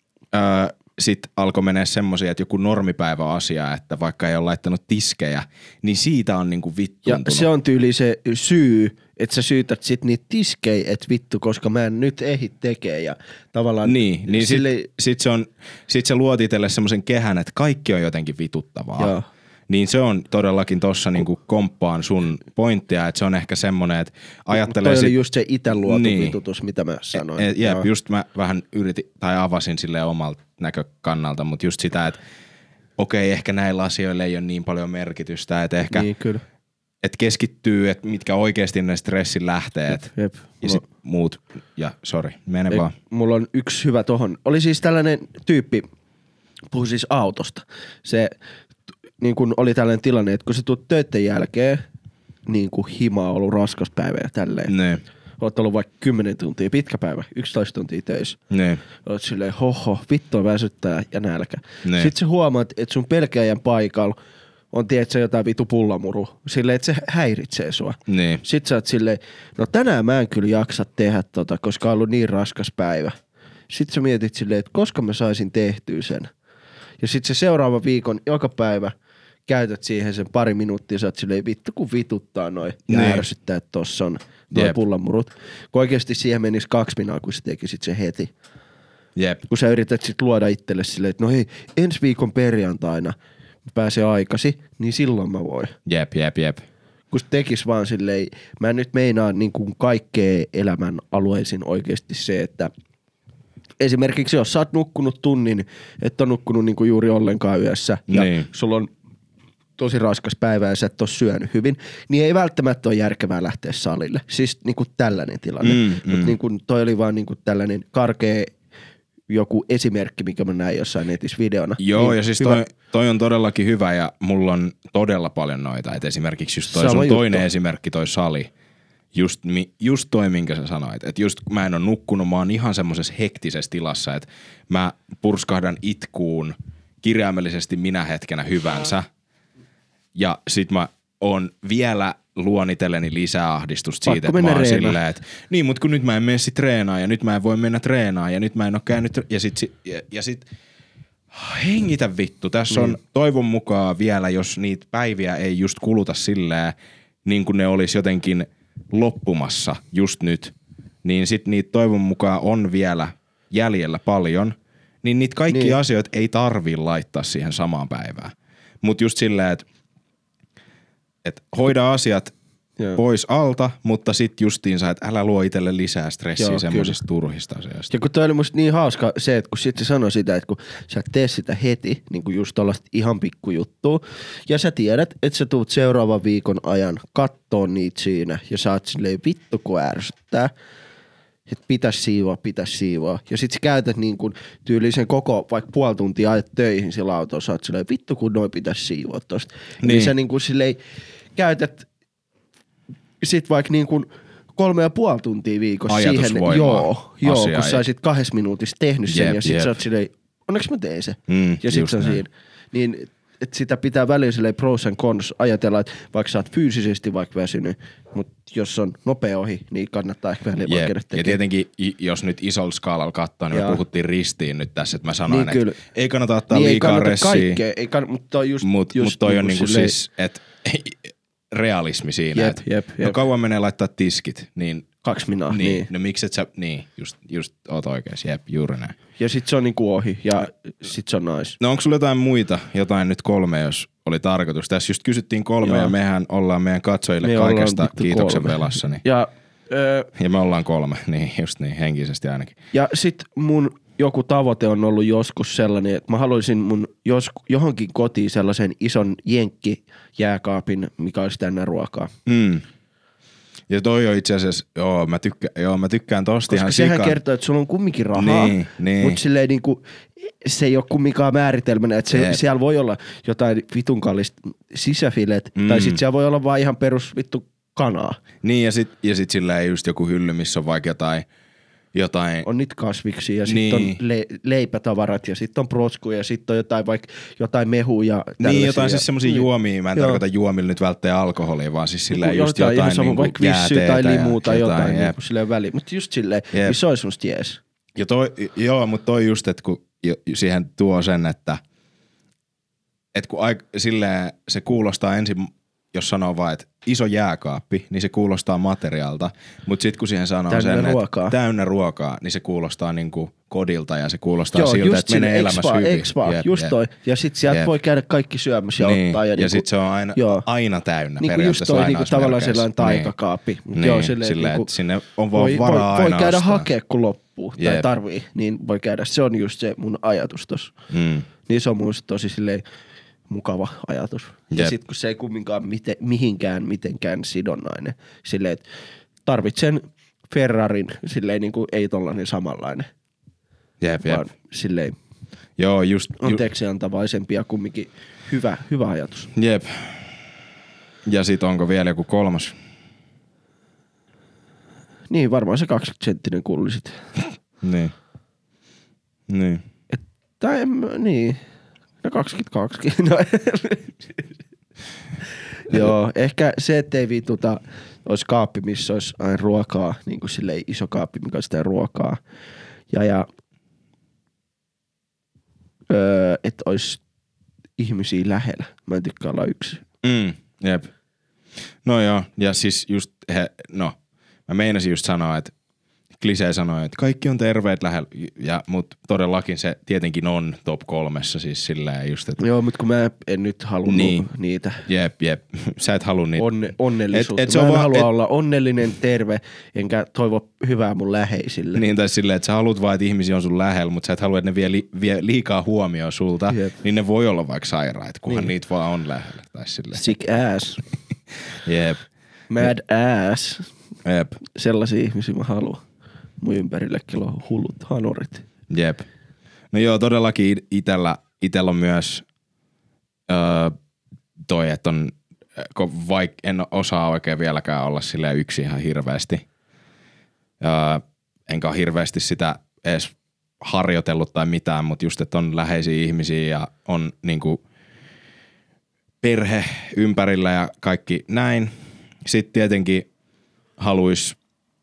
äh, sitten alkoi menee semmoisia, että joku normipäiväasia, että vaikka ei ole laittanut tiskejä, niin siitä on niinku vittuuntunut. Ja se on tyyli se syy, että sä syytät sit niitä tiskejä, että vittu, koska mä en nyt ehdi tekee ja tavallaan... Niin, niin sille... sit, sit, se on, sit se luot itselle semmoisen kehän, että kaikki on jotenkin vituttavaa. Joo. Niin se on todellakin tossa niinku komppaan sun pointtia, että se on ehkä semmoinen, että ajattelee... Toi sit... oli just se itä luotu niin. vitutus, mitä mä sanoin. E, e, jep, Joo. just mä vähän yritin, tai avasin silleen omalta näkökannalta, mutta just sitä, että okei, ehkä näillä asioilla ei ole niin paljon merkitystä, että ehkä... Niin, kyllä. Että keskittyy, että mitkä oikeasti ne stressin lähteet jep, ja sit muut. Ja sori, mene Ei, vaan. Mulla on yksi hyvä tohon. Oli siis tällainen tyyppi, puhui siis autosta. Se niin kun oli tällainen tilanne, että kun sä tuut töiden jälkeen, niin kuin hima on ollut raskas päivä ja tälleen. Ne. Oot ollut vaikka kymmenen tuntia pitkä päivä, yksitoista tuntia töissä. Ne. Oot silleen hoho, vittua väsyttää ja nälkä. Ne. Sitten sä huomaat, että sun pelkäjän paikalla on tiedätkö jotain vitu pullamuru, silleen, että se häiritsee sua. Niin. Sitten sä oot silleen, no tänään mä en kyllä jaksa tehdä tota, koska on ollut niin raskas päivä. Sitten sä mietit silleen, että koska mä saisin tehtyä sen. Ja sitten se seuraava viikon joka päivä käytät siihen sen pari minuuttia, sä oot silleen, vittu kun vituttaa noin. Ja niin. ärsyttää, että tossa on noi Jep. pullamurut. Kun oikeesti siihen menisi kaksi minaa, kun sä tekisit se heti. Jep. Kun sä yrität sit luoda itselle silleen, että no hei, ensi viikon perjantaina pääsee aikasi, niin silloin mä voin. Jep, jep, jep. Kun tekis vaan silleen, mä en nyt meinaa niin kuin kaikkea elämän alueisin oikeasti se, että esimerkiksi jos sä oot nukkunut tunnin, et on nukkunut niin kuin juuri ollenkaan yössä ja niin. sulla on tosi raskas päivä ja sä et oo syönyt hyvin, niin ei välttämättä ole järkevää lähteä salille. Siis niin kuin tällainen tilanne. Mm, Mutta mm. niin kuin toi oli vaan niin kuin tällainen karkea joku esimerkki, mikä mä näin jossain netissä videona. Joo, niin, ja siis toi, toi on todellakin hyvä ja mulla on todella paljon noita. Et esimerkiksi just toi sun toinen esimerkki, toi sali. Just, just toi, minkä sä sanoit. Että just mä en ole nukkunut, mä oon ihan semmosessa hektisessä tilassa, että mä purskahdan itkuun kirjaimellisesti minä hetkenä hyvänsä. Ja sit mä oon vielä luonitelleni lisää ahdistusta siitä, että mä oon silleen, että niin, mut kun nyt mä en mene sit treenaan ja nyt mä en voi mennä treenaan ja nyt mä en oo käynyt ja sit, ja, ja sit hengitä vittu. Tässä mm. on toivon mukaan vielä, jos niitä päiviä ei just kuluta silleen, niin kuin ne olisi jotenkin loppumassa just nyt, niin sit niitä toivon mukaan on vielä jäljellä paljon, niin niitä kaikki niin. asioita ei tarvii laittaa siihen samaan päivään. Mut just silleen, että et hoida asiat Joo. pois alta, mutta sit justiinsa, että älä luo itselle lisää stressiä semmoisista turhista asioista. Ja kun toi oli musta niin hauska se, että kun sit se sanoi sitä, että kun sä et tee sitä heti, niin kuin just tollaista ihan pikkujuttua, ja sä tiedät, että sä tuut seuraavan viikon ajan kattoo niitä siinä, ja sä oot silleen vittu kun ärsyttää, että pitäis siivoa, pitäis siivoa. Ja sit sä käytät niin kuin tyylisen koko, vaikka puoli tuntia ajat töihin sillä autolla, sä oot silleen vittu kun noin pitäis siivoa tosta. Niin, niin sä niin kuin silleen käytät sit vaikka niin kuin kolme ja puoli tuntia viikossa siihen, joo, joo kun sä olisit kahdessa minuutissa tehnyt sen, jep, ja sit jep. sä oot silleen, onneksi mä tein se. Mm, ja sit se on siinä. Niin että sitä pitää välillä silleen pros and cons ajatella, että vaikka sä oot fyysisesti vaikka väsynyt, mutta jos on nopea ohi, niin kannattaa ehkä välillä Jep. käydä tekemään. Ja tietenkin, jos nyt isolla skaalalla katsoo, niin Jaa. me puhuttiin ristiin nyt tässä, että mä sanoin, Niin, että ei kannata ottaa niin liikaa ei kannata ressiä. kaikkea, ei kann- mutta toi, just, Mutta just mut toi on niinku niinku silleen- siis, että realismi siinä, Jep, että jep, no jep. kauan menee laittaa tiskit, niin Kaksi minaa, niin, niin. niin. No miksi et sä, niin, just, just oot oikees, jep, juuri näin. Ja sit se on niinku ohi ja sit se on nice. No onko sulla jotain muita, jotain nyt kolme, jos oli tarkoitus? Tässä just kysyttiin kolme Joo. ja mehän ollaan meidän katsojille Me kaikesta ollaan vittu kiitoksen kolme. velassa. Niin. Ja, öö, Ja me ollaan kolme, niin just niin, henkisesti ainakin. ja sit mun joku tavoite on ollut joskus sellainen, että mä haluaisin mun jos, johonkin kotiin sellaisen ison jenkkijääkaapin, mikä olisi täynnä ruokaa. Mm. Ja toi on itse asiassa, joo mä, tykkä, joo, mä tykkään tosta Koska ihan sehän sikan. kertoo, että sulla on kumminkin rahaa, Niin, niin. mutta silleen niinku, se ei ole kumminkaan määritelmänä, että se, Jep. siellä voi olla jotain vitun kallista sisäfilet, Mm. tai sit siellä voi olla vaan ihan perus vittu kanaa. Niin ja sit, ja sit silleen just joku hylly, missä on vaikka jotain, jotain On niitä kasviksia ja sitten Niin. on le- leipätavarat ja sitten on protskuja ja sitten on jotain vaikka jotain mehua ja niin jotain siis semmosia niin. juomia, mä en Joo. tarkoita juomilla nyt välttää alkoholia, vaan siis silleen just jotain, ihan jotain sama, niinku vaikka vissyä tai jääteetä ja limua tai jotain, jotain jep. niin kuin silleen väliin. Mutta just silleen, Jep. niin se olisi semmoista jees. Ja toi, joo, mutta toi just, että kun jo- siihen tuo sen, että et kun aik, silleen se kuulostaa ensin, jos sanoo vaan, että iso jääkaappi, niin se kuulostaa materiaalta, mutta sitten kun siihen sanoo Täynnä sen, ruokaa. että täynnä ruokaa, niin se kuulostaa niinku kodilta ja se kuulostaa Joo, siltä, just että menee silleen, elämässä eks vaan, hyvin. eks vaan, Jep, just jep. toi. Ja sit sieltä Jep. voi käydä kaikki syömässä ja Niin, ottaa. Ja, ja niinku, sit se on aina, joo. aina täynnä Niin kuin just periaatteessa toi niinku tavallaan lainausmerkeissä. sellainen taikakaappi. Mut Niin, joo, silleen, silleen, niinku, että sinne on vaan voi, varaa voi, voi aina käydä ostaa. hakea kun loppuu tai Jep. tarvii, niin voi käydä. Se on just se mun ajatus tossa. Mm. Niin se on mun tosi silleen mukava ajatus. Ja Jep. sit kun se ei kumminkaan mite, mihinkään mitenkään sidonnainen. Silleen, että tarvitsen Ferrarin, silleen niinku ei tollanen samanlainen. Jep, jep. Vaan silleen Joo, just, ju, anteeksi antavaisempi ja kumminkin hyvä, hyvä ajatus. jep. Ja sit onko vielä joku kolmas? Niin, varmaan se kaksikymmentä senttinen kulli sit. Niin. Niin. Tai en mä, niin. No kaksikymmentäkaksi. No. Joo, ehkä se, ettei viituta, olisi kaappi, missä olisi aina ruokaa, niin kuin silleen iso kaappi, mikä on sitä ruokaa. Ja, ja öö, että olisi ihmisiä lähellä. Mä en tykkää olla yksin. Mm, jep. No joo, ja siis just, he, no, mä meinasin just sanoa, että klisee sanoi, että kaikki on terveet lähellä, ja, mutta todellakin se tietenkin on top kolmessa siis silleen just, että Joo, mutta kun mä en nyt halunnut Niin. niitä jep, jep, sä et halua niitä. onne, onnellisuutta. Et- et se mä on en vaan- halua et- olla onnellinen, terve, enkä toivo hyvää mun läheisille. Niin, tai silleen, että sä haluat vaan, että ihmisiä on sun lähellä, mutta sä et halua, että ne vie, li, vie liikaa huomioon sulta, Jep. niin ne voi olla vaikka sairaita, kunhan Niin. niitä vaan on lähellä. Tai silleen. Sick ass, Jep, mad ass, jep, sellaisia ihmisiä mä haluan. Mun ympärillekin on hullut hanurit. jep. No joo, todellakin it- itellä, itellä on myös öö, toi, että on, kun vaik en osaa oikein vieläkään olla silleen yksi ihan hirveästi. Öö, enkä ole hirveästi sitä edes harjoitellut tai mitään, mutta just, että on läheisiä ihmisiä ja on niinku perhe ympärillä ja kaikki näin. Sitten tietenkin haluaisi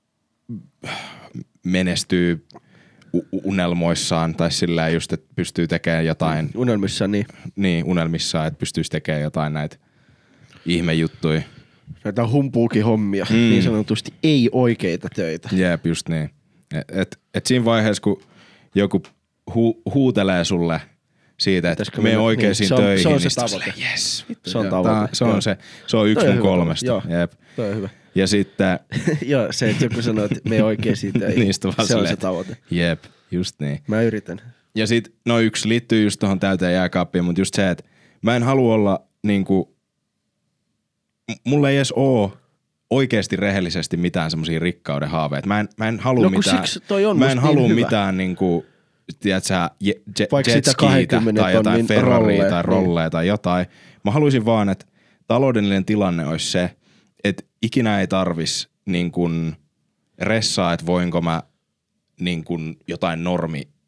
menestyä u- unelmoissaan tai sillä just, että pystyy tekemään jotain, Unelmissa niin. niin unelmissaan, että pystyisi tekemään jotain näitä ihmejuttuja. Näitä humpuukin hommia, Mm. niin sanotusti ei oikeita töitä. Jep, just niin. Et, et, et siinä vaiheessa, kun joku hu- huutelee sulle siitä, että Pitäisikö mene mennä- oikeisiin niin, se on- töihin, se on se niin sit tavoite. silleen, yes, vittu, Se on joo, tavoite, tää- Se on joo. se, se on yksi Toi on mun hyvä kolmesta. tavoite, joo. Jep. Toi on hyvä. Ja sitten, Joo, se, että joku sanoo, että me oikeisiin töihin. niistä vaan se on silleen, se että tavoite. Jep, just niin. Mä yritän. Ja sit, no yksi liittyy just tohon täyteen jääkaappiin, mutta just se, että mä en halua olla niinku, m- mulla ei edes oo oikeesti rehellisesti mitään semmosia rikkauden haaveita. Mä en, mä en halua No kun mitään, siksi toi on mä musta en niin halua hyvä. mitään niinku, tiedätkö, je, je, Vaikka sitä jetskiitä kaksikymmentä tai jotain tonnin Ferraria rolleja, tai niin. rolleja tai jotain. Mä haluaisin vaan, että taloudellinen tilanne olisi se, että ikinä ei tarvis niin kuin ressaa, että voinko mä niin kuin jotain normi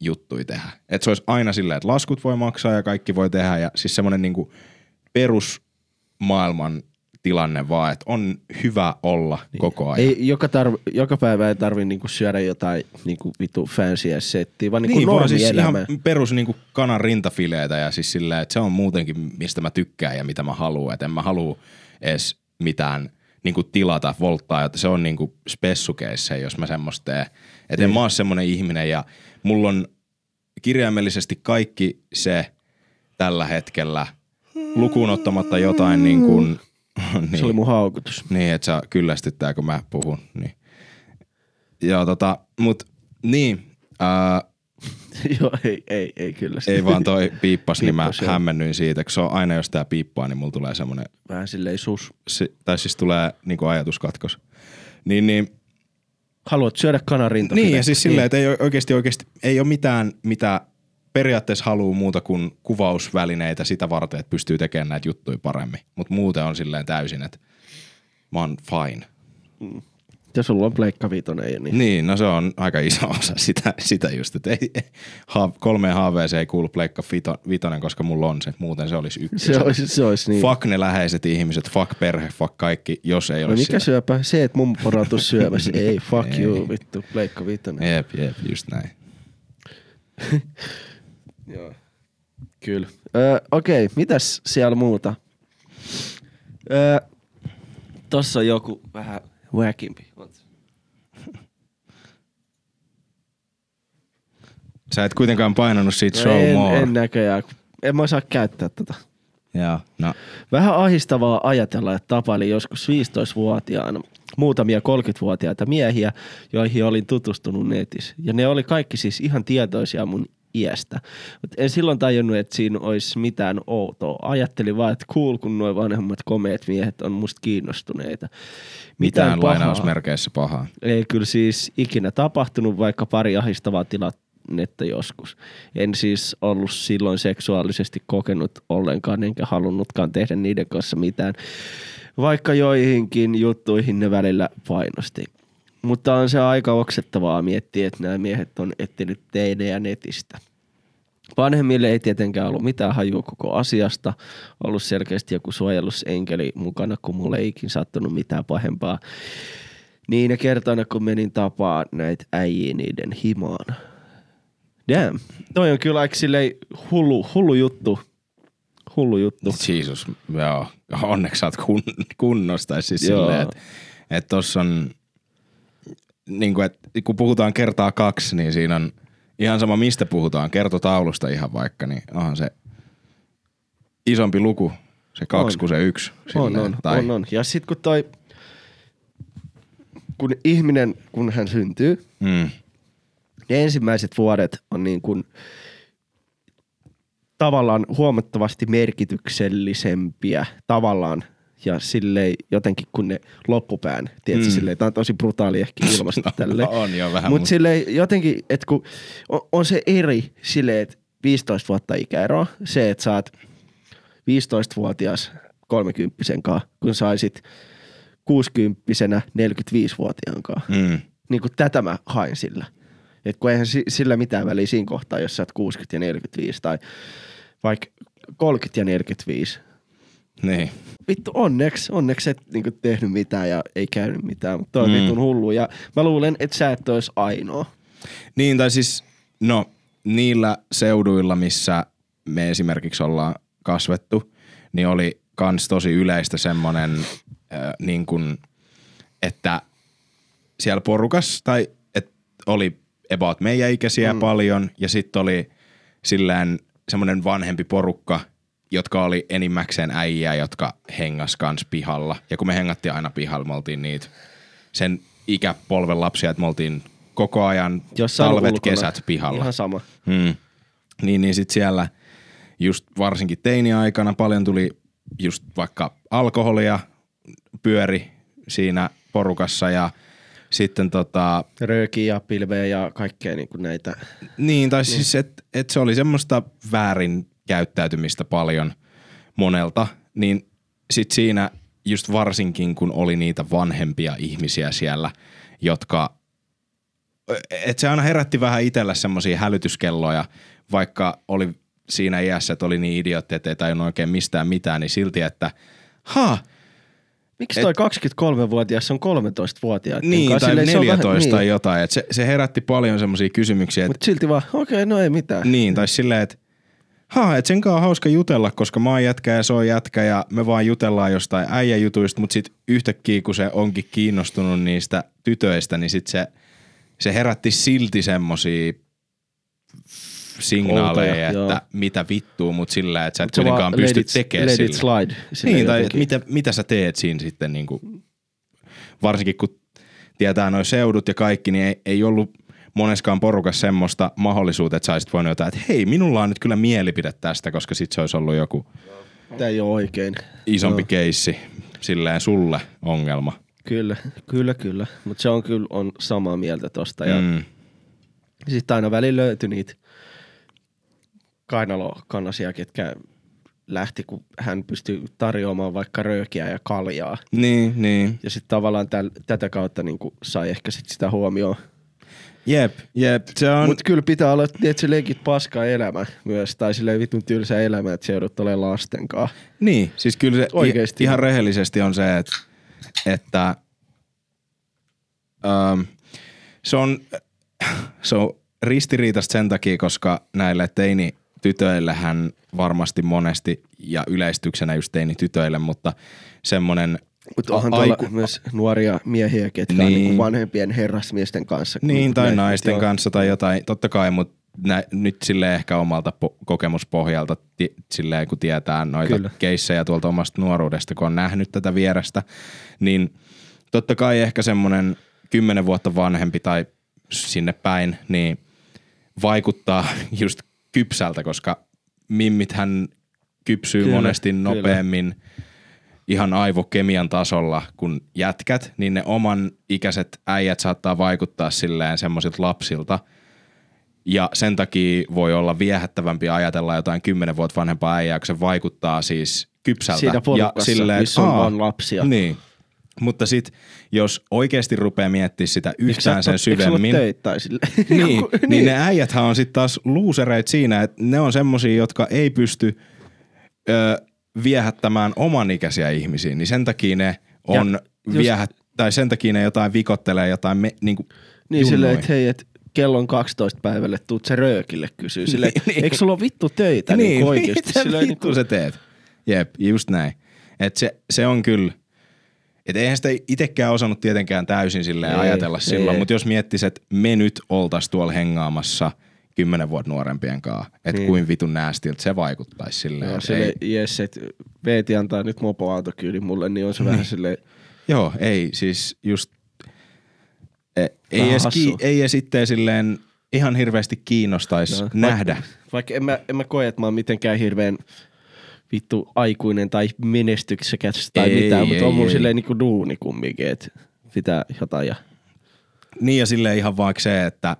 juttuja tehdä. Että se olisi aina silleen, että laskut voi maksaa ja kaikki voi tehdä ja siis semmoinen niinku perusmaailman tilanne vaan, että on hyvä olla niin. koko ajan. Ei, joka, tarv, joka päivä ei tarvitse niinku syödä jotain niinku vitu fancyä settiä, vaan niinku niin, normi siis elämä. Ihan perus niinku kanan rintafileitä ja siis silleen, että se on muutenkin, mistä mä tykkään ja mitä mä haluan. Että en mä halua edes mitään niinku tilata, volttaa, että se on niinku spessukeissa, jos mä semmoista teen. Että en mä oo semmonen ihminen ja mulla on kirjaimellisesti kaikki se tällä hetkellä lukuun ottamatta jotain niin kuin niin, se oli mun haukutus. Niin, että sä kyllästyttää, kun mä puhun. Niin. Joo, tota, mut niin. Ää, Joo, ei, ei, ei kyllä. Ei vaan toi piippas, niin mä hämmennyin siitä, kun se on aina, jos tää piippaa, niin mulla tulee semmonen. Vähän silleen sus. Si, tai siis tulee niinku ajatuskatkos. Niin, niin. Haluat syödä kanan rintafilettä. Niin, ja siis silleen, että ei oikeesti oikeesti, ei ole mitään, mitä periaatteessa haluu muuta kuin kuvausvälineitä sitä varten, että pystyy tekemään näitä juttuja paremmin. Mutta muuten on silleen täysin, että mä oon fine. Mm. Ja sulla on Pleikka Vitonen. Niin. niin, no se on aika iso osa sitä, sitä just, että ei, ha, kolmeen haaveeseen ei kuulu Pleikka Vitonen, koska mulla on se. Muuten se olisi ykkösen. Se olisi, se olisi niin. Fuck ne läheiset ihmiset, fuck perhe, fuck kaikki, jos ei no olisi mikä sitä. syöpä? Se, että mun poratus syömässä. ei, fuck ei. You, vittu, Pleikka Vitonen. Jep, jep, just näin. Joo. Kyllä. Öö, okei, okay, mitäs siellä muuta? Öö, tossa on joku vähän väkimpi. Sä et kuitenkaan painanut siitä no show en, more. En näköjään. En mä saa käyttää tota. Joo, no. Vähän ahistavaa ajatella, että tapailin joskus viisitoistavuotiaana muutamia kolmekymmentävuotiaita miehiä, joihin olin tutustunut netissä. Ja ne oli kaikki siis ihan tietoisia mun iästä. Mutta en silloin tajunnut, että siinä olisi mitään outoa. Ajattelin vaan, että cool, kun nuo vanhemmat komeet miehet on musta kiinnostuneita. Mitään, mitään lainausmerkeissä pahaa. Ei kyllä siis ikinä tapahtunut, vaikka pari ahistavaa tilannetta joskus. En siis ollut silloin seksuaalisesti kokenut ollenkaan, enkä halunnutkaan tehdä niiden kanssa mitään, vaikka joihinkin juttuihin ne välillä painosti. Mutta on se aika oksettavaa miettiä, että nämä miehet on etsinyt teinejä netistä. Vanhemmille ei tietenkään ollut mitään hajua koko asiasta. Ollut selkeästi joku suojelusenkeli mukana, kun mulle ei ikin sattunut mitään pahempaa. Niinä kertoina, kun menin tapaa näitä äijiä niiden himaan. Damn. Toi on kyllä aika silleen hullu, hullu juttu. Hullu juttu. Jeesus, joo. Onneksi sä oot kun, kunnosta. Siis silleen, että et tossa on, niin kuin, että kun puhutaan kertaa kaksi, niin siinä on ihan sama mistä puhutaan. Kertotaulusta ihan vaikka, niin onhan se isompi luku, se kaksi on. Kuin se yksi. Silleen, on, on, tai... on, on. Ja sit kun toi, kun ihminen, kun hän syntyy, mm. ne ensimmäiset vuodet on niin kuin tavallaan huomattavasti merkityksellisempiä tavallaan ja silleen jotenkin kun ne loppupään, tiedätkö, mm. silleen, tää on tosi brutaali ehkä ilmasta tälleen. No, on jo vähän. Mut silleen jotenkin, että kun on, on se eri silleen, että viisitoista vuotta ikäeroa, se, että sä oot viisitoistavuotias kolmekymppisen kanssa, kun saisit kuusikymppisenä neljäkymmentäviisivuotiaan kanssa. Mm. Niin kuin tätä mä hain sillä. Että kun eihän sillä mitään väliä siinä kohtaa, jos sä oot kuusikymmentä ja neljäkymmentäviisi tai vaikka kolmekymmentä ja neljäkymmentäviisi. Niin. Vittu onneksi, onneksi et niinku tehnyt mitään ja ei käynyt mitään, mutta toi on mm. vitun hullu. Ja mä luulen, että sä et ois ainoa. Niin, tai siis, no niillä seuduilla, missä me esimerkiksi ollaan kasvettu, niin oli kans tosi yleistä semmonen äh, niin kuin, että siellä porukas, tai että oli about meidän ikäisiä mm. paljon, ja sitten oli silleen semmonen vanhempi porukka, jotka oli enimmäkseen äijää, jotka hengas kans pihalla. Ja kun me hengattiin aina pihalla, me oltiin niitä sen ikäpolven lapsia, että me oltiin koko ajan jossain talvet, ulkona. Kesät pihalla. Ihan sama. Hmm. Niin, niin sit siellä just varsinkin teini-aikana paljon tuli just vaikka alkoholia pyöri siinä porukassa ja sitten tota... röökiä ja pilveä ja kaikkea niinku näitä. Niin, tai niin. siis että et se oli semmoista väärin käyttäytymistä paljon monelta, niin sit siinä just varsinkin kun oli niitä vanhempia ihmisiä siellä, jotka että se aina herätti vähän itsellä semmosia hälytyskelloja, vaikka oli siinä iässä, että oli niin idiootti, että ei tajunnut oikein mistään mitään, niin silti, että ha, miksi toi et, kaksikymmentäkolmevuotias on kolmetoistavuotiaat? Niin, tai neljätoista tai jotain. Et se, se herätti paljon semmosia kysymyksiä. Mutta silti vaan, okei, okay, no ei mitään. Niin, tai silleen, että ha, et senkaan on hauska jutella, koska mä oon jätkä ja se on jätkä ja me vaan jutellaan jostain äijäjutuista, mutta sit yhtäkkiä kun se onkin kiinnostunut niistä tytöistä, niin sit se, se herätti silti semmosia signaaleja, Outoja, että joo. mitä vittuu, mutta sillä, että sä et kuitenkaan pysty tekemään sillä. Slide. Niin, tai mitä, mitä sä teet siinä sitten, niin kuin, varsinkin kun tietää noi seudut ja kaikki, niin ei, ei ollut moneskaan porukassa semmoista mahdollisuutta, että sä olisit voinut jotain, että hei, minulla on nyt kyllä mielipide tästä, koska sit se olisi ollut joku Tämä ei ole oikein. isompi no. keissi, silleen sulle ongelma. Kyllä, kyllä, kyllä. Mutta se on kyllä on samaa mieltä tosta. Ja mm. sitten aina välillä löytyi niitä kainalokannasia, ketkä lähti, kun hän pystyi tarjoamaan vaikka röökiä ja kaljaa. Niin, niin. Ja sitten tavallaan täl, tätä kautta niinku sai ehkä sit sitä huomioon. Jep, jep. Se on... Mut kyllä pitää olla, että se leikit paskaa elämä myös, tai silleen vitun tylsä elämä, että se joudut olemaan lastenkaan. Niin, siis kyllä se oikeesti ihan rehellisesti on se, että, että ähm, se on, se on ristiriitaista sen takia, koska näille teinitytöillähän varmasti monesti ja yleistyksenä just teinitytöille, mutta semmonen mutta onhan tuolla aiku... myös nuoria miehiä, ketkä niin. on niin vanhempien herrasmiesten kanssa. Niin, tai naisten kanssa tai jotain. Totta kai, mutta nä, nyt silleen ehkä omalta po- kokemuspohjalta, ti, silleen kun tietää noita Kyllä. keissejä tuolta omasta nuoruudesta, kun on nähnyt tätä vierestä, niin totta kai ehkä semmoinen kymmenen vuotta vanhempi tai sinne päin, niin vaikuttaa just kypsältä, koska mimmithän kypsyy Kyllä. monesti nopeammin Kyllä. ihan aivokemian tasolla kuin jätkät, niin ne oman ikäiset äijät saattaa vaikuttaa silleen semmoisilta lapsilta. Ja sen takia voi olla viehättävämpi ajatella jotain kymmenen vuotta vanhempaa äijää, kun se vaikuttaa siis kypsältä. Siinä porukassa, ja silleen, missä on vaan lapsia. Niin. Mutta sit, jos oikeasti rupeaa miettimään sitä yhtään sen syvemmin, niin, niin ne äijäthän on sit taas luusereit siinä, että ne on semmosia, jotka ei pysty ö, viehättämään omanikäisiä ihmisiä, niin sen takia ne on viehät, tai sen takia ne jotain vikottelee jotain me, niinku Niin silleen, että hei, et kello on kaksitoista päivälle, tuut sä röökille kysyy. Silleen, niin, eikö sulla ole vittu töitä niin, niin oikeesti? Mitä silleen, vittu niin sä teet? Jep, just näin. Et se, se on kyllä, et eihän sitä itekään osannut tietenkään täysin silleen ei, ajatella ei, silloin, mutta jos miettis, että me nyt oltais tuolla hengaamassa kymmenen vuotta nuorempien kanssa, että niin. kuin vitun näästiltä se vaikuttaisi silleen. Joo, silleen, jes, että Veeti antaa nyt mopoautokyydin mulle, niin on se niin. vähän silleen. Joo, ei, siis just, e, ei, edes ki, ei edes itteen silleen ihan hirveästi kiinnostaisi no, nähdä. Vaikka, vaikka en, mä, en mä koe, että mä oon mitenkään hirveän vittu aikuinen tai menestyksekäs tai ei, mitään, ei, mutta on mulla silleen niinku duuni kumminkin, että pitää jotain ja. Niin ja silleen ihan vaikka se, että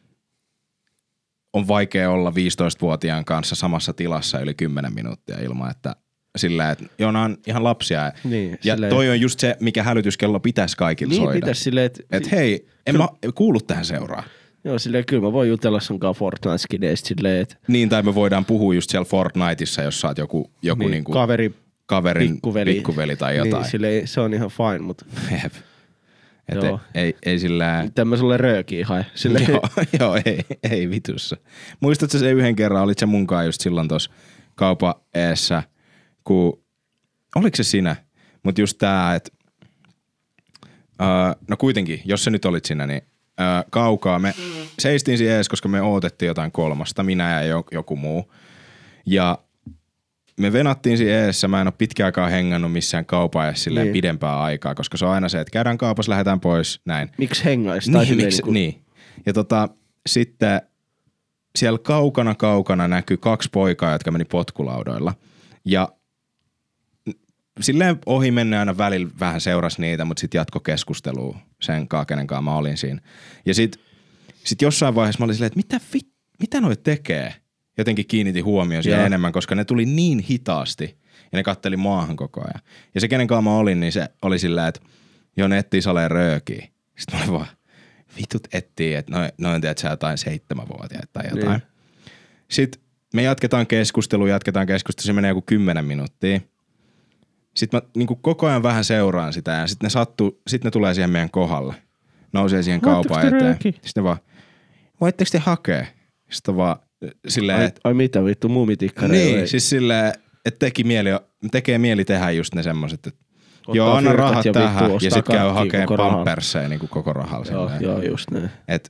on vaikea olla viisitoistavuotiaan kanssa samassa tilassa yli kymmenen minuuttia ilman, että sillä, että joo, on ihan lapsia. Niin, ja silleen, toi on just se, mikä hälytyskello pitäisi kaikille niin, soida. Niin pitäisi silleen, että et hei, en mä kuulu tähän seuraan. Joo, silleen kyllä mä voin jutella sunkaan Fortnite-skideistä silleen, että niin, tai me voidaan puhua just siellä Fortniteissa, jos sä oot joku, joku niin, niinku kaveri, kaverin pikkuveli. pikkuveli tai jotain. Niin, silleen se on ihan fine, mutta Jep. Että ei, ei, ei sillä. Miten mä sulle röökiä hae? joo, joo, ei, ei vitussa. Muistatko se yhden kerran, olit se munkaan just silloin tossa kaupan eessä, kun, oliko se sinä? Mut just tää, että uh, no kuitenkin, jos se nyt olit sinä, niin uh, kaukaa me seistiin siinä ees, koska me odotettiin jotain kolmasta, minä ja joku muu. Ja me venattiin siinä eessä, mä en ole pitkään aikaa hengannut missään kaupan edes silleen niin. pidempää aikaa, koska se on aina se, että käydään kaupassa, lähdetään pois, näin. Miksi hengaisi? Niin, miksi, niin, niin. Ja tota, sitten siellä kaukana kaukana näkyi kaksi poikaa, jotka meni potkulaudoilla. Ja silleen ohi mennä aina välillä vähän seurasi niitä, mutta sitten jatko keskustelua sen kaa, kenen kanssa mä olin siinä. Ja sitten sit jossain vaiheessa mä olin silleen, että mitä, vit, mitä noi tekee? Jotenkin kiinnitin huomioon siihen enemmän, koska ne tuli niin hitaasti ja ne katteli maahan koko ajan. Ja se, kenen kanssa mä olin, niin se oli sillä, että joo, ne etsii saleen röökiä. Sitten mä olin vaan, vitut etsii, että noin, noin teet sä jotain seitsemänvuotiaita tai jotain. Niin. Sitten me jatketaan keskustelua, jatketaan keskustelua, se menee joku kymmenen minuuttia. Sitten mä niin kuin koko ajan vähän seuraan sitä ja sitten ne sattuu, sitten ne tulee siihen meidän kohdalle. Nousee siihen kaupan eteen. Sitten ne vaan, voitteko te hakea? Sitten vaan silleen, ai, ai mitä vittu, muumitikkareilla. Niin, ei. siis silleen, että teki mieli, tekee mieli tehdä just ne semmoset, että ottaa joo, anna rahat ja tähän ja sit käy hakee pampersseja niinku koko rahalla. Joo, joo, just näin. Et,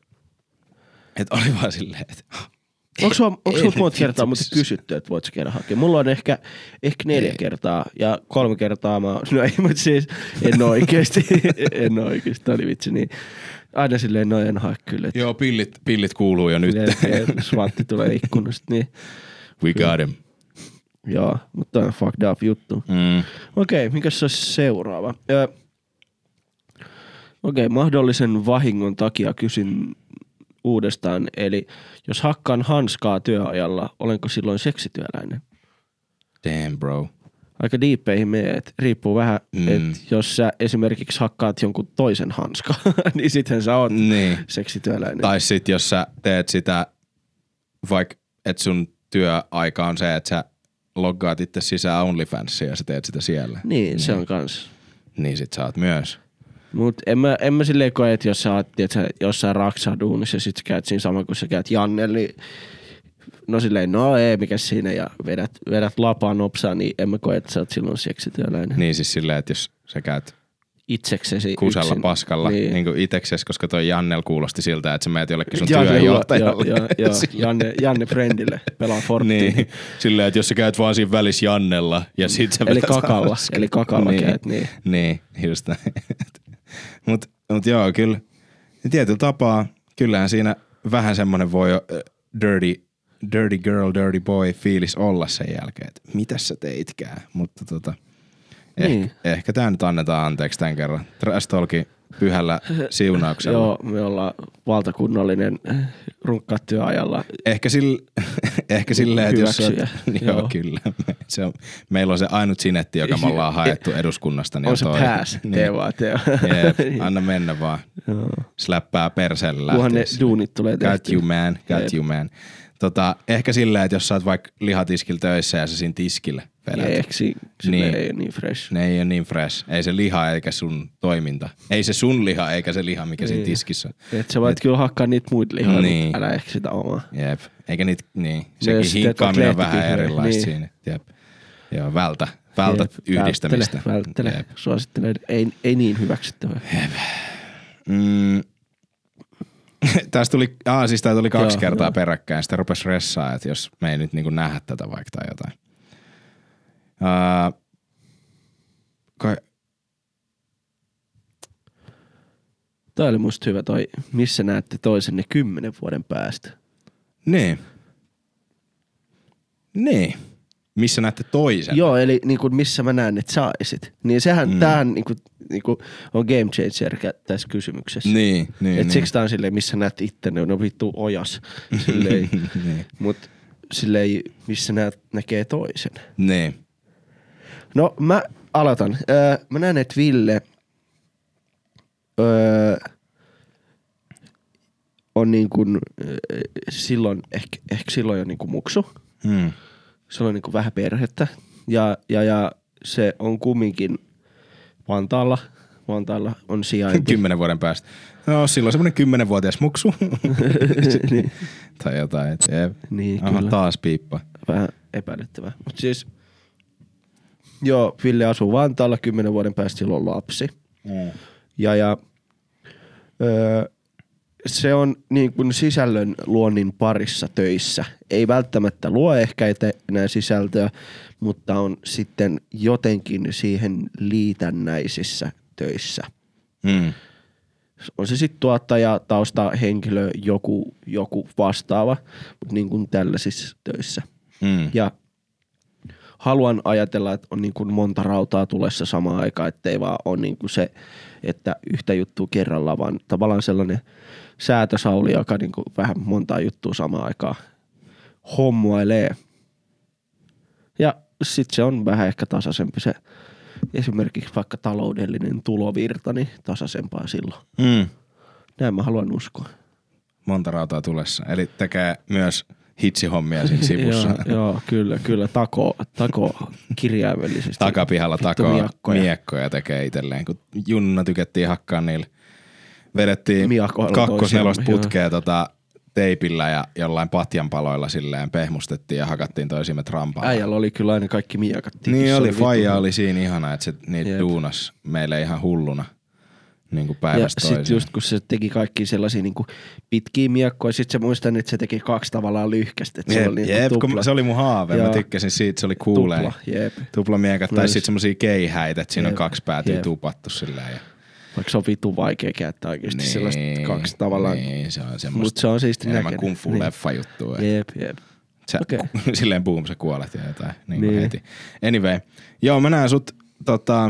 et oli vaan silleen, että Onko sinulta monta kertaa muuten kysytty, että voit sä käydä hakea? Mulla on ehkä, ehkä neljä ei. kertaa ja kolme kertaa mä, no ei, mutta siis en oikeesti, en oikeesti, oli vitsi niin. Aina silleen noin en hae kyllä. Joo, pillit, pillit kuuluu jo nyt. Svatti tulee ikkunasta, niin. We got him. Joo, mutta on fucked up juttu. Mm. Okei, okay, mikäs se olisi seuraava? Ö, Okei, okay, mahdollisen vahingon takia kysyn uudestaan. Eli jos hakkaan hanskaa työajalla, olenko silloin seksityöläinen? Damn, bro. Aika diippeihin meet. Riippuu vähän, mm. että jos sä esimerkiksi hakkaat jonkun toisen hanskaa, niin sittenhän sä oot niin. seksityöläinen. Tai sit jos sä teet sitä, vaikka et sun työaika on se, että sä loggaat itse sisään OnlyFansiin ja sä teet sitä siellä. Niin, niin. se on kans. Niin sit sä oot myös. Mut en mä, en mä silleen koe, että jos sä oot tiiätkö, jossain raksaduunissa ja sit sä käyt siinä sama kuin sä käyt Jannella, niin no silleen, no ei, mikä siinä ja vedät, vedät lapaa nopsaa, niin en mä koe, että sä oot silloin seksityöläinen. Niin siis silleen, että jos sä käyt itseksesi kusella yksin. paskalla, niin. niin kuin iteksesi, koska toi Jannel kuulosti siltä, että sä meet jollekin sun Janne, työjohtajalle. Joo, joo, Janne, Janne friendille pelaa Forttiin. Niin, silleen, että jos sä käyt vaan siinä välissä Jannella ja sit sä Eli kakalla, eli kakalla niin, käyt, niin. Niin, just näin. Mut, mut joo, kyllä tietyllä tapaa, kyllähän siinä vähän semmonen voi uh, dirty, dirty girl, dirty boy fiilis olla sen jälkeen, että mitäs sä teitkään, mutta tota... Niin. Ehkä, ehkä tää nyt annetaan anteeksi tämän kerran. Trash Talkin pyhällä siunauksella. Joo, me ollaan valtakunnallinen runkkaa työajalla. Ehkä, sille, ehkä silleen, että jos oot, joo, joo, kyllä. Me, se on, meillä on se ainut sinetti, joka me ollaan haettu eduskunnasta. Niin on se toi, pass, niin. tee vaan, tee Jep, anna mennä vaan. Släppää perselle lähtiessä. Kunhan ne duunit tulee tehty. Got you man, got Jep. you man. Tota, ehkä silleen, että jos sä oot vaikka lihatiskillä töissä ja sä siinä tiskillä vedät. Ei, niin, ei ole niin fresh. Ne ei ole niin fresh. Ei se liha eikä sun toiminta. Ei se sun liha eikä se liha, mikä niin. siinä tiskissä on. Et sä voit Et... kyllä hakkaa niitä muita lihaa, niin. mutta älä ehkä sitä omaa. Jep. Eikä niitä, niin. Sekin hinkkaaminen on vähän erilaista niin. siinä. Jep. Joo, vältä. Vältä Jep. yhdistämistä. Välttele, välttele. Jep. Suosittelen. Ei, ei niin hyväksyttävää. Jep. Mm. Tästä tuli, aa siis tää tuli kaksi joo, kertaa joo. peräkkäin. Sitten rupesi ressaa, että jos me ei nyt niinku nähdä tätä vaikka tai jotain. Uh, kai... Tämä oli musta hyvä toi, missä näette toisenne kymmenen vuoden päästä. Niin. Niin. Missä näette toisen? Joo, eli niin kuin missä mä näen, että saisit. Niin sehän, mm. tämähän niin kuin, niin kuin on game changer tässä kysymyksessä. Niin, niin. Et niin. siksi tää on silleen, missä näet ittenne, no vittu ojas. Silleen, niin. Mut silleen, missä näet, näkee toisen. Niin. No mä aloitan. Öö, mä näen, että Ville öö, on niin kuin öö, silloin, ehkä, ehkä silloin jo niin kuin muksu. Hmm. Se on niin kuin vähän perhettä ja, ja, ja se on kumminkin Vantaalla. Vantaalla on sijainti. Kymmenen vuoden päästä. No silloin semmoinen kymmenenvuotias muksu. niin. Tai jotain. Et, niin, aha, taas piippa. Vähän epäilyttävää. Mutta siis, joo, Ville asuu Vantaalla, kymmenen vuoden päästä sillä on lapsi. Mm. Ja, ja öö, se on niin kuin sisällön luonnin parissa töissä. Ei välttämättä luo ehkä enää sisältöä, mutta on sitten jotenkin siihen liitännäisissä töissä. Mm. On se sitten tuottaja, taustahenkilö, joku, joku vastaava, mutta niin kuin tällaisissa töissä. Mm. Ja haluan ajatella, että on niin kuin monta rautaa tulessa samaan aikaan, ettei vaan ole niin kuin se, että yhtä juttua kerrallaan, vaan tavallaan sellainen säätösauli, joka niin kuin vähän montaa juttua samaan aikaan hommuilee. Ja sitten se on vähän ehkä tasaisempi se, esimerkiksi vaikka taloudellinen tulovirta, niin tasaisempaa silloin. Mm. Näin mä haluan uskoa. Monta rautaa tulessa. Eli tekee myös hitsihommia siinä sivussa. joo, joo, kyllä, kyllä. Tako, tako kirjaimellisesti. Takapihalla takoo miekkoja. miekkoja tekee itselleen. Kun Junna tykättiin hakkaa niillä. Vedettiin kakkosnelosta putkea tota teipillä ja jollain patjanpaloilla silleen pehmustettiin ja hakattiin toisimme trampalla. Äijällä oli kyllä aina kaikki miekat. Niin oli, faija oli siinä ihana, että se niitä Jep. duunas meille ihan hulluna. Niin kuin päivästä toiseen. Ja sit just kun se teki kaikki sellaisia niin kuin pitkiä miekkoja, sit se muistan, että se teki kaksi tavallaan lyhkästä. Jep, se, oli niin jep, tupla. Se oli mun haave, ja mä tykkäsin siitä, se oli kuulee. Tupla, jep. Tupla miekat, tai sit semmosia keihäitä, että siinä jep. on kaksi päätyä tupattu silleen. Ja... Vaikka se on vitu vaikea käyttää oikeesti niin, sellaista kaksi tavallaan. Niin, se on semmoista. Mut se on siisti näköinen. Enemmän kung fu niin. leffa juttua. Jep, jep. Sä, okay. Silleen boom, sä kuolet ja jotain. Niin niin. heti. Anyway. Joo, mä näen sut tota...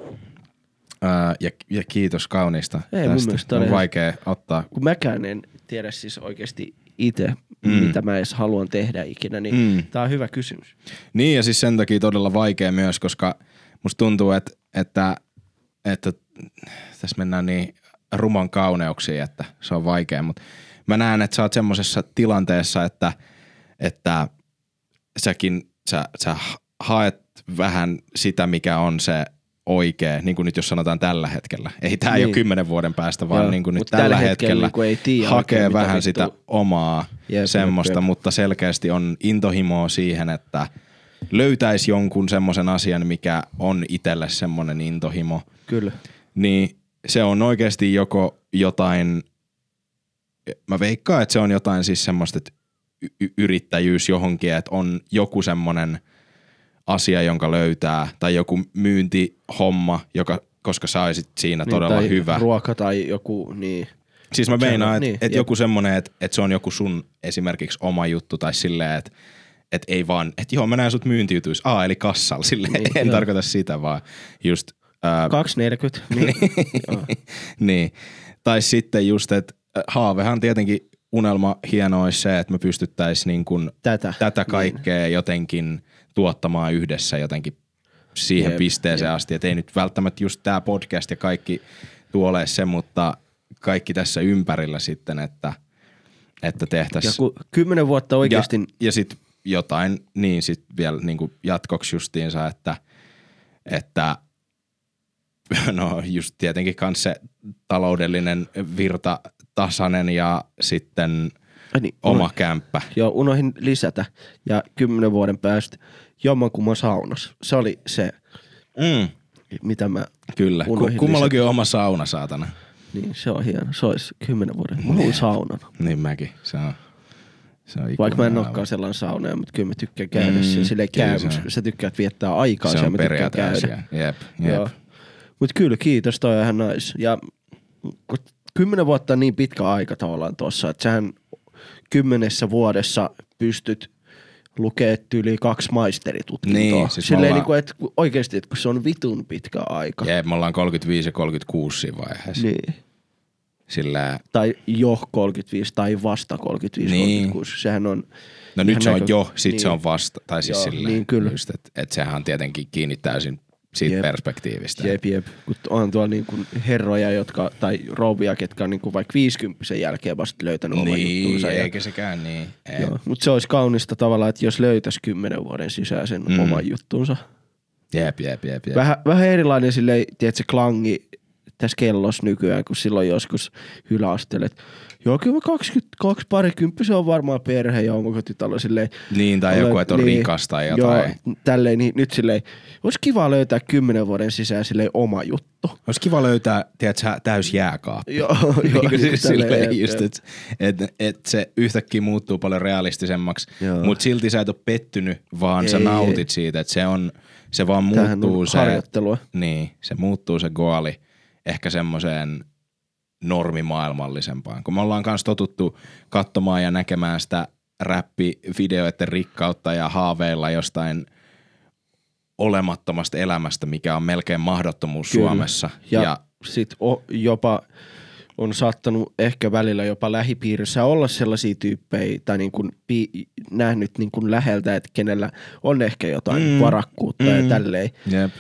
Ää, ja, ja kiitos kauniista Ei, tästä. On vaikea ottaa. Kun mäkään en tiedä siis oikeesti itse, mm. mitä mä edes haluan tehdä ikinä, niin mm. tää on hyvä kysymys. Niin ja siis sen takia todella vaikea myös, koska musta tuntuu, että, että, että tässä mennään niin ruman kauneuksiin, että se on vaikea, mutta mä näen, että sä oot semmosessa tilanteessa, että, että säkin, sä, sä haet vähän sitä, mikä on se oikee, niin kuin nyt jos sanotaan tällä hetkellä. Ei tää niin. ei ole kymmenen vuoden päästä, vaan niin kuin nyt tällä, tällä hetkellä, hetkellä niin ei hakee oikein, vähän sitä vittu. omaa jep, semmoista, jep, jep. mutta selkeästi on intohimoa siihen, että löytäisi jonkun semmoisen asian, mikä on itselle semmoinen intohimo. Kyllä. Niin se on oikeasti joko jotain, mä veikkaan, että se on jotain siis semmoista, että y- yrittäjyys johonkin, että on joku semmoinen asia, jonka löytää, tai joku myyntihomma, joka, koska saisit siinä niin, todella tai hyvä. Ruoka tai joku, niin. Siis mä meinaan, että niin, et joku semmoinen, että et se on joku sun esimerkiksi oma juttu, tai silleen, että et ei vaan, että joo, mä näen sut myyntijutuissa, aa, eli kassalla, silleen, niin, en joo. tarkoita sitä, vaan just. Ää, kaksi neljäkymmentä. Niin. niin. Tai sitten just, että haavehan tietenkin unelma hieno olisi se, että me pystyttäisiin niin kuin tätä, tätä kaikkea niin. jotenkin tuottamaan yhdessä jotenkin siihen jep, pisteeseen jep. asti. Että ei nyt välttämättä just tää podcast ja kaikki tuolee se, mutta kaikki tässä ympärillä sitten, että, että tehtäisiin. Ja kun kymmenen vuotta oikeasti. Ja, ja sitten jotain, niin sitten vielä niin kuin jatkoksi justiinsa, että, että no just tietenkin kans se taloudellinen virta tasainen ja sitten niin, oma unohin, kämppä. Joo, unohin lisätä. Ja kymmenen vuoden päästä jommankumman saunas. Se oli se, mm. mitä mä Kyllä, kummallakin on oma sauna, saatana. Niin, se on hieno. Se olisi kymmenen vuoden. Mä haluan saunan. Niin mäkin, se on. Se on Vaikka mä en olekaan sellainen saunaja, mutta kyllä mä tykkään käydä mm, siellä. Silleen käy, se sä tykkäät viettää aikaa. Se on mä periaatteessa. Jep, jep. Joo. Mut kyllä, kiitos, toi on ihan nice. Ja kymmenen vuotta on niin pitkä aika tavallaan tuossa, että sähän kymmenessä vuodessa pystyt lukemaan yli kaksi maisteritutkintoa. Niin, siis silleen ollaan... niin kuin, että oikeasti, että kun se on vitun pitkä aika. Jep, me ollaan kolmekymmentäviisi ja kolmekymmentäkuusi siinä vaiheessa. Niin. Sillä... Tai jo kolmekymmentäviisi tai vasta kolmekymmentäviisi niin. kolmekymmentäkuusi. Sehän on... No nyt se on näkö... jo, sit niin. se on vasta. Tai siis joo, silleen, niin kyllä. just, että et sehän on tietenkin kiinni täysin siitä jep. perspektiivistä. Jep, jep. Kun on tuolla niin kuin herroja, jotka, tai rouvia, ketkä on niin kuin vaikka viisikymppisen jälkeen vasta löytänyt niin, oman juttuunsa. Niin, eikä sekään niin. Mutta se olisi kaunista tavallaan, että jos löytäisi kymmenen vuoden sisään sen mm. oman juttuunsa. Jep, jep, jep. jep. Vähän, vähän erilainen silleen, tiedätkö, klangi tässä kellossa nykyään, kun silloin joskus yläasteella, että joo, kyllä kaksikymmentäkaksi parikymppisen on varmaan perhe ja omakotitalo silleen. Niin, tai olen, joku, että on niin, rikas tai jotain. Joo, tälleen, niin nyt silleen, olisi kiva löytää kymmenen vuoden sisään silleen oma juttu. Olisi kiva löytää, tiedätkö, täys jääkaappi. Joo, joo. niin siis silleen just, että et, et se yhtäkkiä muuttuu paljon realistisemmaksi, mutta silti sä et ole pettynyt, vaan ei, sä nautit ei. siitä, että se on, se vaan tämähän muuttuu on se. harjoittelua. Niin, se muuttuu se goali ehkä semmoiseen normimaailmallisempaan. Kun me ollaan kanssa totuttu katsomaan ja näkemään sitä räppivideoiden rikkautta ja haaveilla jostain olemattomasta elämästä, mikä on melkein mahdottomuus Kyllä. Suomessa. Ja, ja sit o, jopa on saattanut ehkä välillä jopa lähipiirissä olla sellaisia tyyppejä tai niin kuin pi, nähnyt niin kuin läheltä, että kenellä on ehkä jotain mm. varakkuutta mm. ja tälleen. Jep.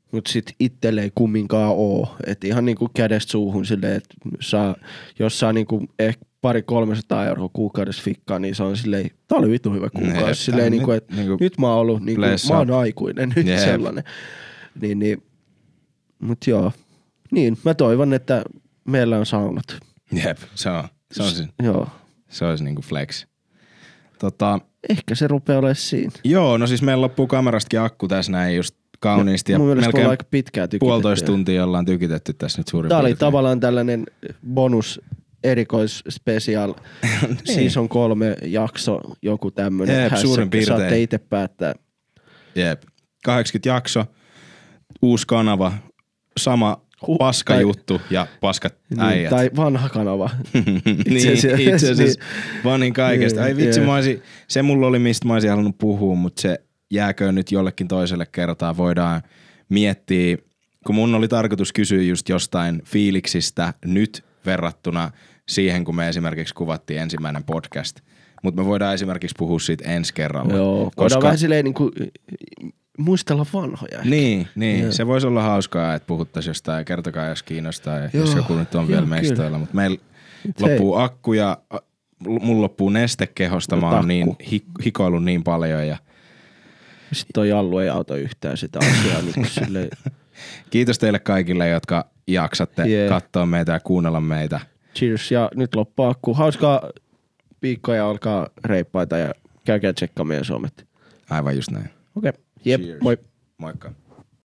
mut sit itselle ei kumminkaan oo. Et ihan niinku kädestä suuhun silleen, että saa, jos saa niinku ehkä pari kolmesataa euroa kuukaudessa fikkaa, niin se on silleen, tää oli vittu hyvä kuukausi. Silleen niinku, että niinku nyt mä oon ollut, niinku, mä oon aikuinen, nyt Jeep. sellainen. Niin, niin, mut joo. Niin, mä toivon, että meillä on saunat. Jep, se on. Se on, se, joo. Se olisi niinku flex. Tota, Ehkä se rupeaa olemaan siinä. Joo, no siis meillä loppuu kamerastakin akku tässä näin just kauniisti. Ja, ja melkein aika pitkään tykitetty. Puolitoista tuntia ollaan tykitetty tässä nyt suurin Tämä piirtein. oli tavallaan tällainen bonus erikoisspecial season kolme jakso, joku tämmönen. Jep, suurin piirtein. Saatte itse päättää. Jep, kahdeksankymmentä jakso, uusi kanava, sama paska tai, juttu ja paskat niin, äijät. Tai vanha kanava. niin, itse asiassa vanhin kaikesta. Ai vitsi, mä olisin, se mulla oli mistä mä olisin halunnut puhua, mutta se jääkö nyt jollekin toiselle kertaa. Voidaan miettiä, kun mun oli tarkoitus kysyä just jostain fiiliksistä nyt verrattuna siihen, kun me esimerkiksi kuvattiin ensimmäinen podcast. Mutta me voidaan esimerkiksi puhua siitä ensi kerralla. Joo, koska voidaan vähän silleen niinku muistella vanhoja. Ehkä. Niin, niin. Joo. Se voisi olla hauskaa, että puhuttaisiin jostain, kertokaa jos kiinnostaa, joo, jos joku nyt on joo, vielä mestoilla. Mutta meillä loppuu akku ja mulla loppuu nestekehosta. Mä oon niin, hi, hikoillut niin paljon. Ja sitten toi Jallu ei auta yhtään sitä asiaa. niin silleen. Kiitos teille kaikille, jotka jaksatte yeah. katsoa meitä ja kuunnella meitä. Cheers ja nyt loppuu akku. Hauskaa viikkoja, alkaa reippaita ja käykää tsekkaa meidän somet. Aivan just näin. Okei, okay. Jep, Cheers. moi. Moikka.